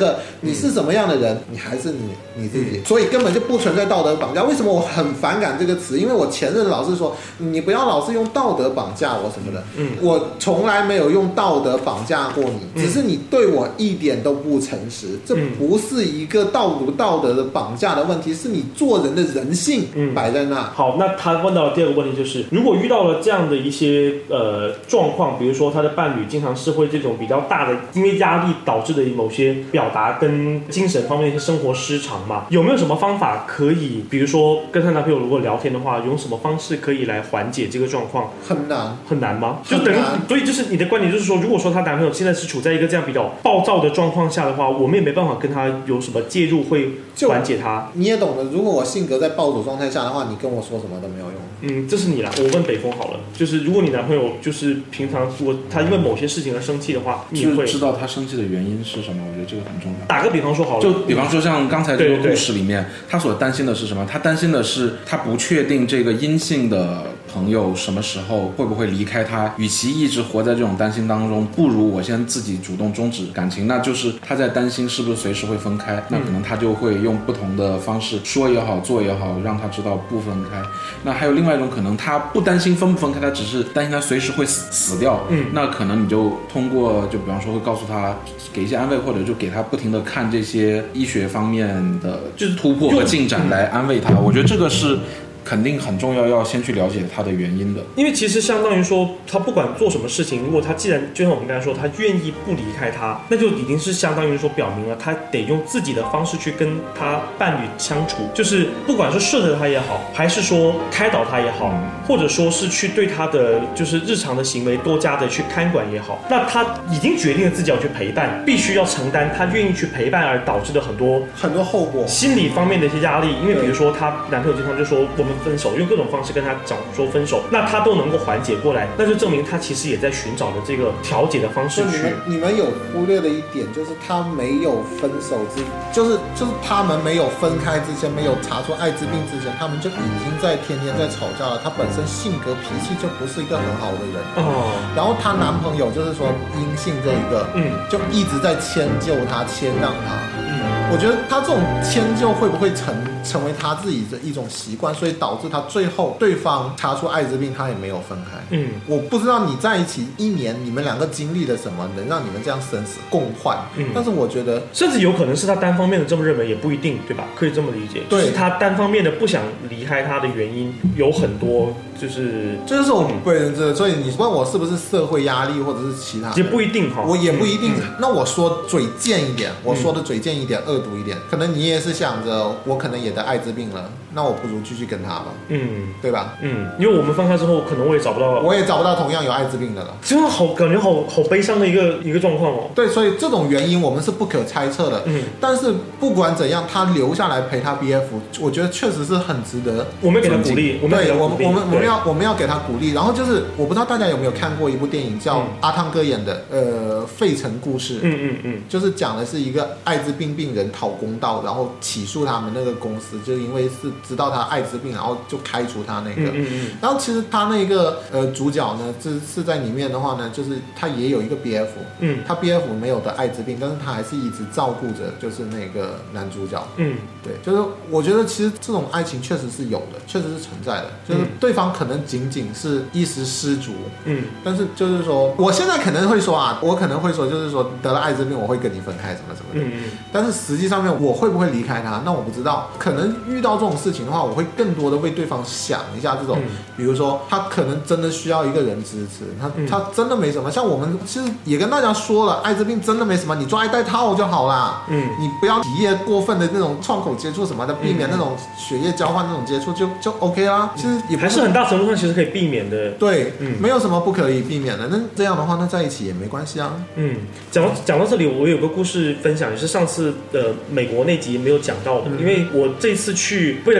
个你是什么样的人，你还是你自己，所以根本就不存在道德绑架。为什么我很反感这个词？因为我前任老是说你不要老是用道德绑架我什么的，我从来没有用道德绑架过你，只是你对我一点都不诚实，这不是一个道不道德的绑架的问题，是你做人的人性摆在那。 好，那他问到的第二个问题就是，如果遇到了这样的一些状况，比如说他的伴侣经常是会这种比较大的，因为压力导致的某些表达跟精神方面的一些生活失常嘛，有没有什么方法可以，比如说跟他男朋友如果聊天的话，用什么方式可以来缓解这个状况？ 很难， 很难吗？就等于，所以就是你的观点就是说，如果说她男朋友现在是处在一个这样比较暴躁的状况下的话，我们也没办法跟他有什么介入会缓解他。 你也懂得，如果我性格在暴走状态下的话，你跟我说什么都没有用。 这是你啦。我问北风好了，就是如果你男朋友就是平常他因为某些事情而生气的话，你会知道他生气的原因是什么？我觉得这个很重要。 打个比方说好了， 就比方说像刚才这个故事里面，他所担心的是什么？他担心的是他不确定这个阴性的朋友什么时候会不会离开他，与其一直活在这种担心当中，不如我先自己主动终止感情。那就是他在担心是不是随时会分开，那可能他就会用不同的方式说也好做也好，让他知道不分开。那还有另外一种可能，他不担心分不分开，他只是担心他随时会死掉。那可能你就通过就比方说会告诉他，给一些安慰，或者就给他不停的看这些医学方面的就是突破和进展来安慰他。我觉得这个是肯定很重要，要先去了解他的原因的。 因为其实相当于说，他不管做什么事情，如果他既然就像我们刚才说，他愿意不离开他，那就已经是相当于说表明了他得用自己的方式去跟他伴侣相处，就是不管是顺着他也好，还是说开导他也好，或者说是去对他的就是日常的行为多加的去看管也好，那他已经决定了自己要去陪伴，必须要承担他愿意去陪伴而导致的很多后果， 心理方面的一些压力。因为比如说她男朋友经常就说我们分手，用各种方式跟他讲说分手，那他都能够缓解过来，那就证明他其实也在寻找的这个调节的方式去。 你们有忽略的一点就是他没有分手就是他们没有分开之前，没有查出艾滋病之前，他们就已经在天天在吵架了。他本身性格脾气就不是一个很好的人然后她男朋友就是说阴性这一个就一直在迁就他，谦让他我觉得他这种迁就会不会成为他自己的一种习惯，所以导致他最后对方查出艾滋病，他也没有分开。我不知道你在一起1年，你们两个经历了什么，能让你们这样生死共患。但是我觉得， 甚至有可能是他单方面的这么认为，也不一定，对吧？可以这么理解。 对， 就是他单方面的不想离开他的原因有很多， 就是我不认知。所以你问我是不是社会压力，或者是其他的， 也不一定哈。 我也不一定。那我说嘴贱一点，我说的嘴贱一点，恶毒一点，可能你也是想着我可能也得艾滋病了，那我不如继续跟他吧，对吧？ 因为我们分开之后，可能我也找不到同样有艾滋病的了， 真的感觉好悲伤的一个状况哦。 对，所以这种原因我们是不可猜测的。但是不管怎样，他留下来陪他 BF， 我觉得确实是很值得。 我们给他鼓励，我们要给他鼓励。然后就是我不知道大家有没有看过一部电影叫阿汤哥演的费城故事，就是讲的是一个艾滋病病人讨公道，然后起诉他们那个公司，就因为是知道他艾滋病，然后就开除他那个。然后其实他那个主角呢，是在里面的话呢，就是他也有一个 BF，他 BF 没有得艾滋病，但是他还是一直照顾着就是那个男主角。对，就是我觉得其实这种爱情确实是有的，确实是存在的，就是对方可能仅仅是一时失足，但是就是说，我现在可能会说就是说得了艾滋病我会跟你分开什么什么的，但是实际上面我会不会离开他，那我不知道。可能遇到这种事情的话，我会更多的为对方想一下，这种比如说他可能真的需要一个人支持，他真的没什么，像我们其实也跟大家说了，艾滋病真的没什么，你抓一戴套就好啦，你不要体液过分的那种创口接触什么的，避免那种血液交换那种接触就 OK 啦。其实也还是很大程度上其实可以避免的。 对，没有什么不可以避免的。那这样的话，那在一起也没关系啊。 讲到这里，我有个故事分享，也是上次美国那集没有讲到的，因为我这次去为了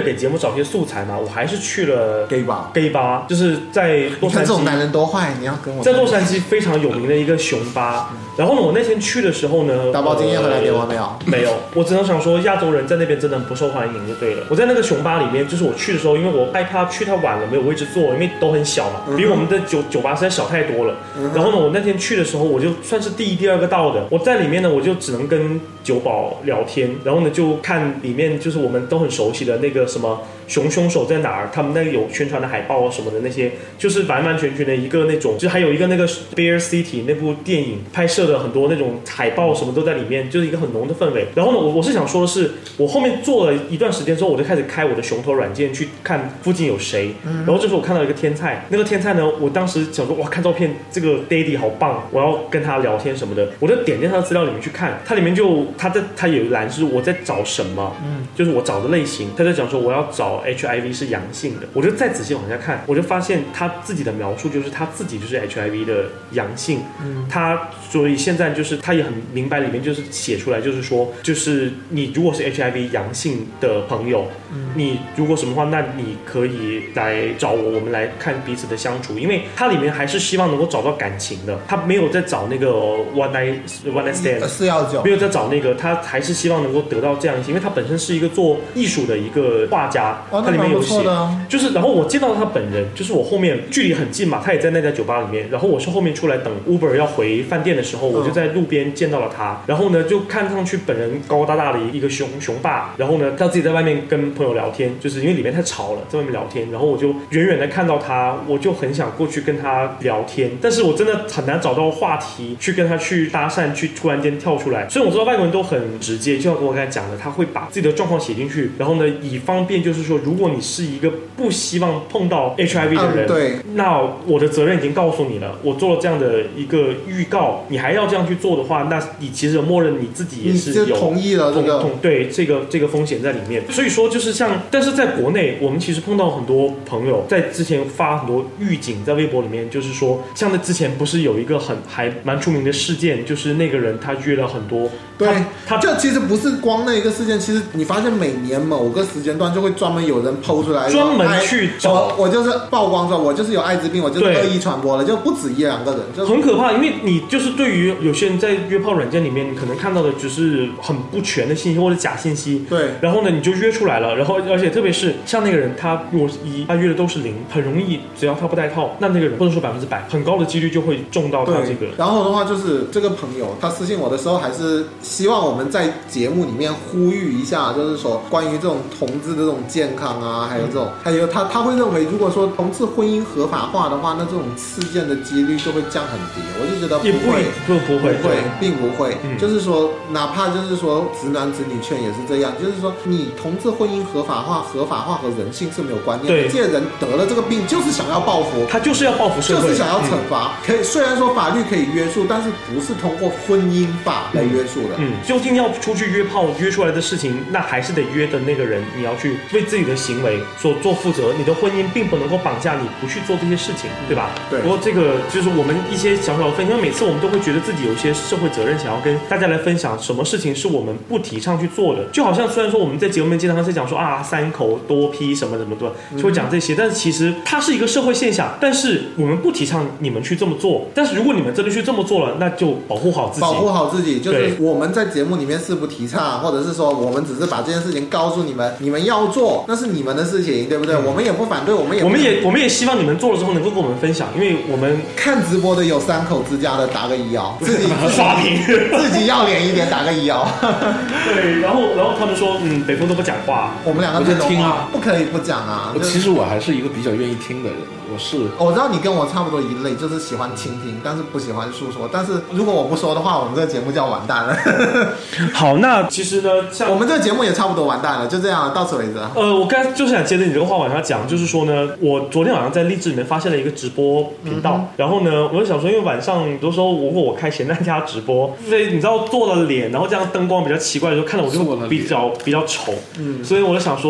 给节目找些素材嘛，我还是去了 gay bar， gay bar， 就是在洛杉矶。 这种男人多坏，你要跟我在洛杉矶非常有名的一个熊吧。然后呢，我那天去的时候呢， 打包经验回来给我没有？ 没有，我只能想说亚洲人在那边真的很不受欢迎就对了。我在那个熊吧里面，就是我去的时候，因为我害怕去太晚了没有位置坐，因为都很小嘛，比我们的酒吧实在小太多了。然后呢，我那天去的时候，我就算是第一、第二个到的。我在里面呢，我就只能跟酒保聊天，然后呢就看里面就是我们都很熟悉的那个什么熊凶手在哪儿，他们那个有宣传的海报啊什么的那些，就是完完全全的一个那种，就还有一个那个 Bear City 那部电影拍摄的很多那种海报什么都在里面，就是一个很浓的氛围。然后呢，我是想说的是，我后面做了一段时间之后，我就开始开我的熊头软件去看附近有谁。然后这时候我看到一个天菜，那个天菜呢，我当时想说哇，看照片这个 Daddy 好棒，我要跟他聊天什么的，我就点进他的资料里面去看，它里面就他有一栏是我在找什么，就是我找的类型，他在讲说我要找 HIV 是阳性的，我就再仔细往下看，我就发现他自己的描述就是他自己就是 HIV 的阳性，他所以现在就是他也很明白里面就是写出来，就是说就是你如果是 HIV 阳性的朋友，你如果什么话，那你可以来找我们来看彼此的相处，因为他里面还是希望能够找到感情的，他没有在找那个 one night stand 419， 没有在找那个，他还是希望能够得到这样一些，因为他本身是一个做艺术的一个画家，他里面有写，就是，然后我见到他本人，就是我后面距离很近嘛，他也在那家酒吧里面，然后我是后面出来等 Uber 要回饭店的时候，我就在路边见到了他，然后呢就看上去本人高高大大的一个熊爸，然后呢他自己在外面跟朋友聊天，就是因为里面太吵了，在外面聊天，然后我就远远的看到他，我就很想过去跟他聊天，但是我真的很难找到话题去跟他去搭讪，去突然间跳出来。所以我知道外国人都很直接，就像跟我刚才讲的，他会把自己的状况写进去，然后呢以方便就是说，如果你是一个不希望碰到 HIV 的人， 对， 那我的责任已经告诉你了，我做了这样的一个预告，你还要这样去做的话，那你其实默认你自己也是有同意了对这个风险在里面。所以说就是像，但是在国内我们其实碰到很多朋友在之前发很多预警在微博里面，就是说像在之前不是有一个还蛮出名的事件，就是那个人他约了很多， 对，他就其实不是光那一个事件，其实你发现每年某个时间段就会专门有人抛出来， 专门去找我就是曝光说我就是有艾滋病，我就是恶意传播了，就不止1-2个人，就很可怕。因为你就是对于有些人在约炮软件里面，你可能看到的只是很不全的信息或者假信息， 对， 然后呢你就约出来了，然后而且特别是像那个人，他如果他约的都是0，很容易只要他不带套，那个人不能说100%，很高的几率就会中到他这个。 然后的话就是这个朋友他私信我的时候，还是希望我们在节目里面呼吁一下，就是说关于这种同志的这种健康啊，还有这种，还有他会认为，如果说同志婚姻合法化的话，那这种事件的几率就会降很低。我就觉得不会，并不会。就是说，哪怕就是说直男直女圈也是这样，就是说你同志婚姻合法化和人性是没有关联的。这些人得了这个病就是想要报复， 他就是要报复社会， 就是想要惩罚。可以，虽然说法律可以约束，但是不是通过婚姻法来约束的。 究竟要出去约炮约出来的事情，那还是得约的那个人，你要去为自己的行为所做负责。你的婚姻并不能够绑架你不去做这些事情，对吧？ 对。 不过这个就是我们一些小小的分享，每次我们都会觉得自己有一些社会责任，想要跟大家来分享什么事情是我们不提倡去做的。就好像虽然说我们在节目里面经常在讲说3口多批什么的，就会讲这些，但是其实它是一个社会现象，但是我们不提倡你们去这么做。但是如果你们真的去这么做了，那就保护好自己， 就是我们在节目里面是不提倡，或者是说我们只是把这件事情告诉你们，你们要做，那是你们的事情，对不对？我们也不反对，我们也希望你们做了之后能够跟我们分享，因为我们看直播的有3口之家的打个1哦，自己刷屏， 自己要脸一点打个1哦。 对，然后他们说北风都不讲话， 我们2个在听啊， 不可以不讲啊。 其实我还是一个比较愿意听的人，我知道你跟我差不多一类，就是喜欢倾听，但是不喜欢诉说。但是如果我不说的话，我们这个节目就要完蛋了。 好，那其实呢，像我们这个节目也差不多完蛋了，就这样到此为止。 我刚才就是想接着你这个话往下讲，就是说呢，我昨天晚上在励志里面发现了一个直播频道，然后呢，我就想说，因为晚上有时候如果我开咸蛋家直播，所以你知道做了脸，然后这样灯光比较奇怪的时候，看到我就比较丑，所以我就想说，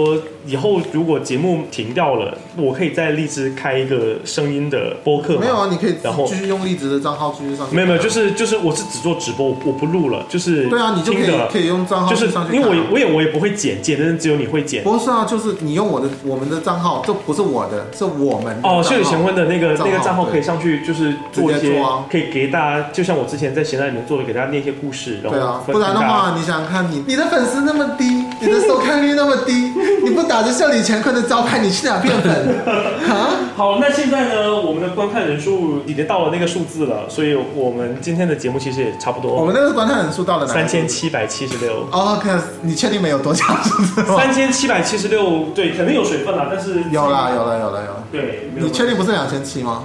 以后如果节目停掉了，我可以在荔枝开一个声音的播客吗？ 没有啊，你可以然后继续用荔枝的账号继续上去。 没有，就是我是只做直播，我不录了，就是对啊，你就可以用账号就是上去看啊。 因为我也不会剪，但是只有你会剪。 不是啊，就是你用我们的账号，这不是我的，是我们的秀里乾坤的那个账号可以上去，就是做一些可以给大家，就像我之前在闲谈里面做的，给大家念一些故事，然后对啊，不然的话，你想想看，你的粉丝那么低，你的收看率那么低，你不打着秀里乾坤的招牌，你去哪骗粉啊？ 好，那现在呢，我们的观看人数已经到了那个数字了，所以我们今天的节目其实也差不多。 我们那个观看人数到了 3776。 哦，你确定没有多讲数字吗 ？3776，对，肯定有水分啦，但是有啦。 对， 你确定不是2700吗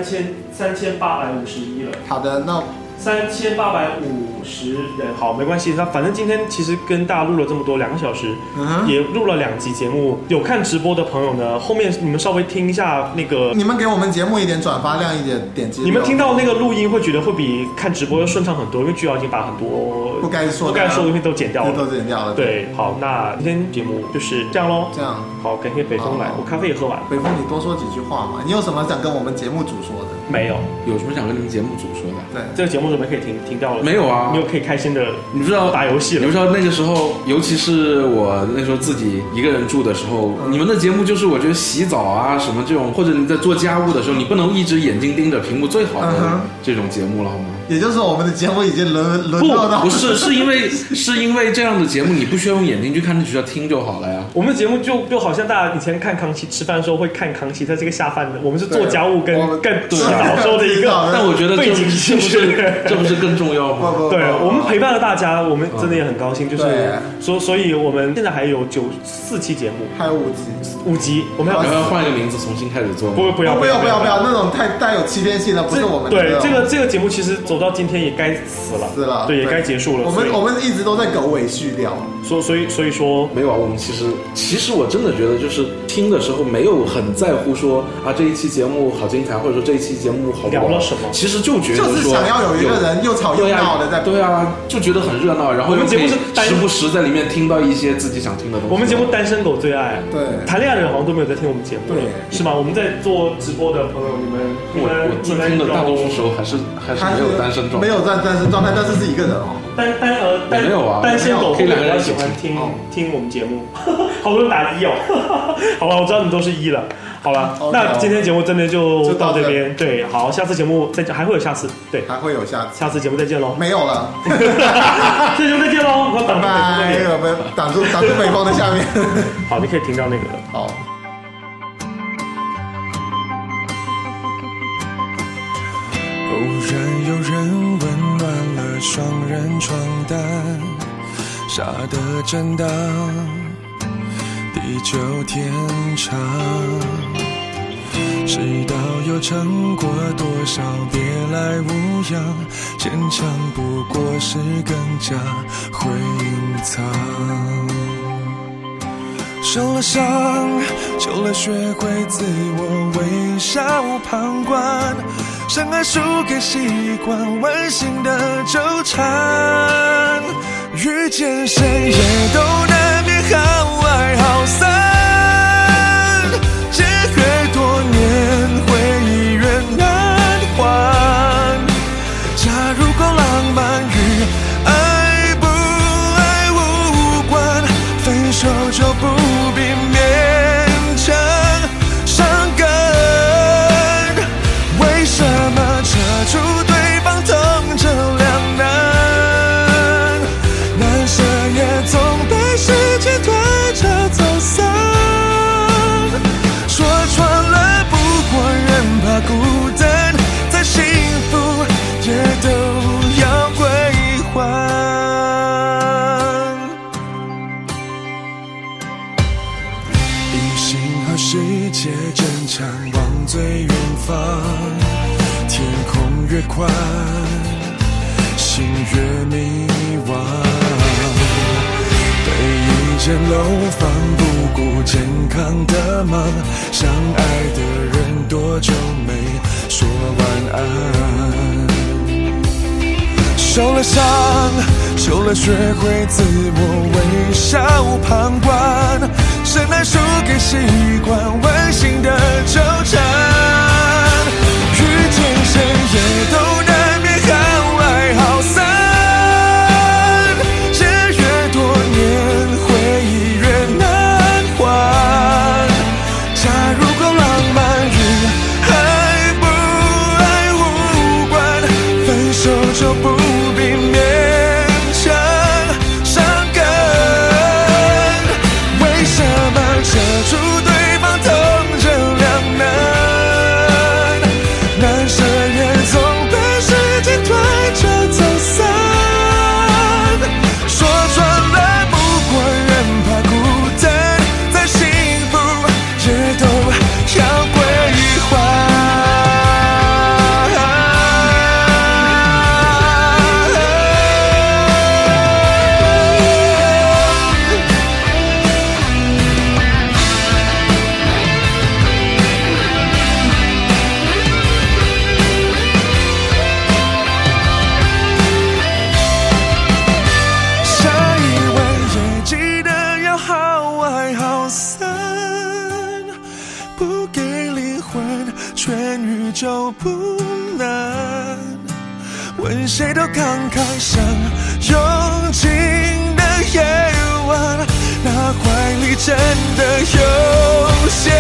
？3851了。 好的，那 3850人，好，没关系。那反正今天其实跟大家录了这么多2个小时，也录了2集节目。有看直播的朋友呢，后面你们稍微听一下那个， 你们给我们节目一点转发量，一点点击。 你们听到那个录音会觉得会比看直播要顺畅很多，因为巨瑶已经把很多不该说的东西都剪掉了。 都剪掉了。 对，好，那今天节目就是这样咯。 这样， 好，感谢北风来，我咖啡也喝完。 北风，你多说几句话嘛？你有什么想跟我们节目组说的？ 没有。 有什么想跟你们节目组说的？ 对， 这个节目准备可以停掉了。 没有啊， 你又可以开心的， 你知道打游戏了。 你知道那个时候，尤其是我那时候自己一个人住的时候，你们的节目就是我觉得洗澡啊什么这种，或者你在做家务的时候，你不能一直眼睛盯着屏幕，最好的这种节目了，好吗？ 也就是说，我们的节目已经沦落到不是，是因为这样的节目你不需要用眼睛去看，你只需要听就好了呀。 我们的节目就好像大家以前看康熙吃饭的时候会看康熙，它是一个下饭的，我们是做家务跟洗澡时候的一个。 但我觉得背景这不是更重要吗？ 对，我们陪伴了大家，我们真的也很高兴，就是所以我们现在还有4期节目， 还有5 集，我们要换一个名字重新开始做吗？ 不要， 那种太带有欺骗性的，不是我们。 对，这个节目其实走到今天也该死了，对，也该结束了。 我们一直都在狗尾续貂， 所以说没有啊。我们其实我真的觉得就是听的时候没有很在乎说啊这一期节目好精彩，或者说这一期节目好聊了什么， 其实就觉得就是想要有一个人又吵又闹的在。 对啊，就觉得很热闹，然后我们节目是时不时在里面听到一些自己想听的东西。 我们节目单身狗最爱， 对， 谈恋爱的人好像都没有在听我们节目， 对， 是吗？我们在做直播的朋友， 我听的大多数时候还是没有单身状态， 没有在单身状态，但是是一个人哦。 没有啊， 单身狗可以2个人喜欢听我们节目，好多人打1哦。好了，我知道你都是1了。好了，那今天节目真的就到这边。对，好，下次节目再讲，还会有下次，对， 还会有下次节目再见喽。 没有了， 下次节目再见喽。 拜拜，挡住北风的下面。 好，你可以听到那个了。 好。 偶然有人温暖了双人床单，傻得真的地久天长，知道又撑过多少别来无恙，坚强不过是更加会隐藏。受了伤，久了学会自我微笑旁观，深爱输给习惯，温馨的纠缠，遇见谁也都难免好爱好散，结合多年回忆仍难还，假如够浪漫与爱不爱无关，分手就不必勉强伤感，为什么遮住对方痛着两难，难舍也总被时间推着走散，说穿了不过人怕孤单，再幸福也都要归还。以心和世界正常往最远方，天空越宽，心越迷惘，被一间楼房不顾健康的忙，相爱的人多久没说晚安，受了伤，久了学会自我微笑旁观， 深爱输给习惯，温馨的纠缠。遇见谁也都难免好爱好散，借越多年，回忆越难还。假如够浪漫，与爱不爱无关，分手就不必勉强伤感。为什么遮住对方痛着两难？难舍也总被时间推着走散。说穿了，不过人怕孤单，再幸福也都要归还。下一位也记得要好爱好散，不给灵魂痊愈就不难。问谁都慷慨，像用尽的夜晚，那怀里真的有些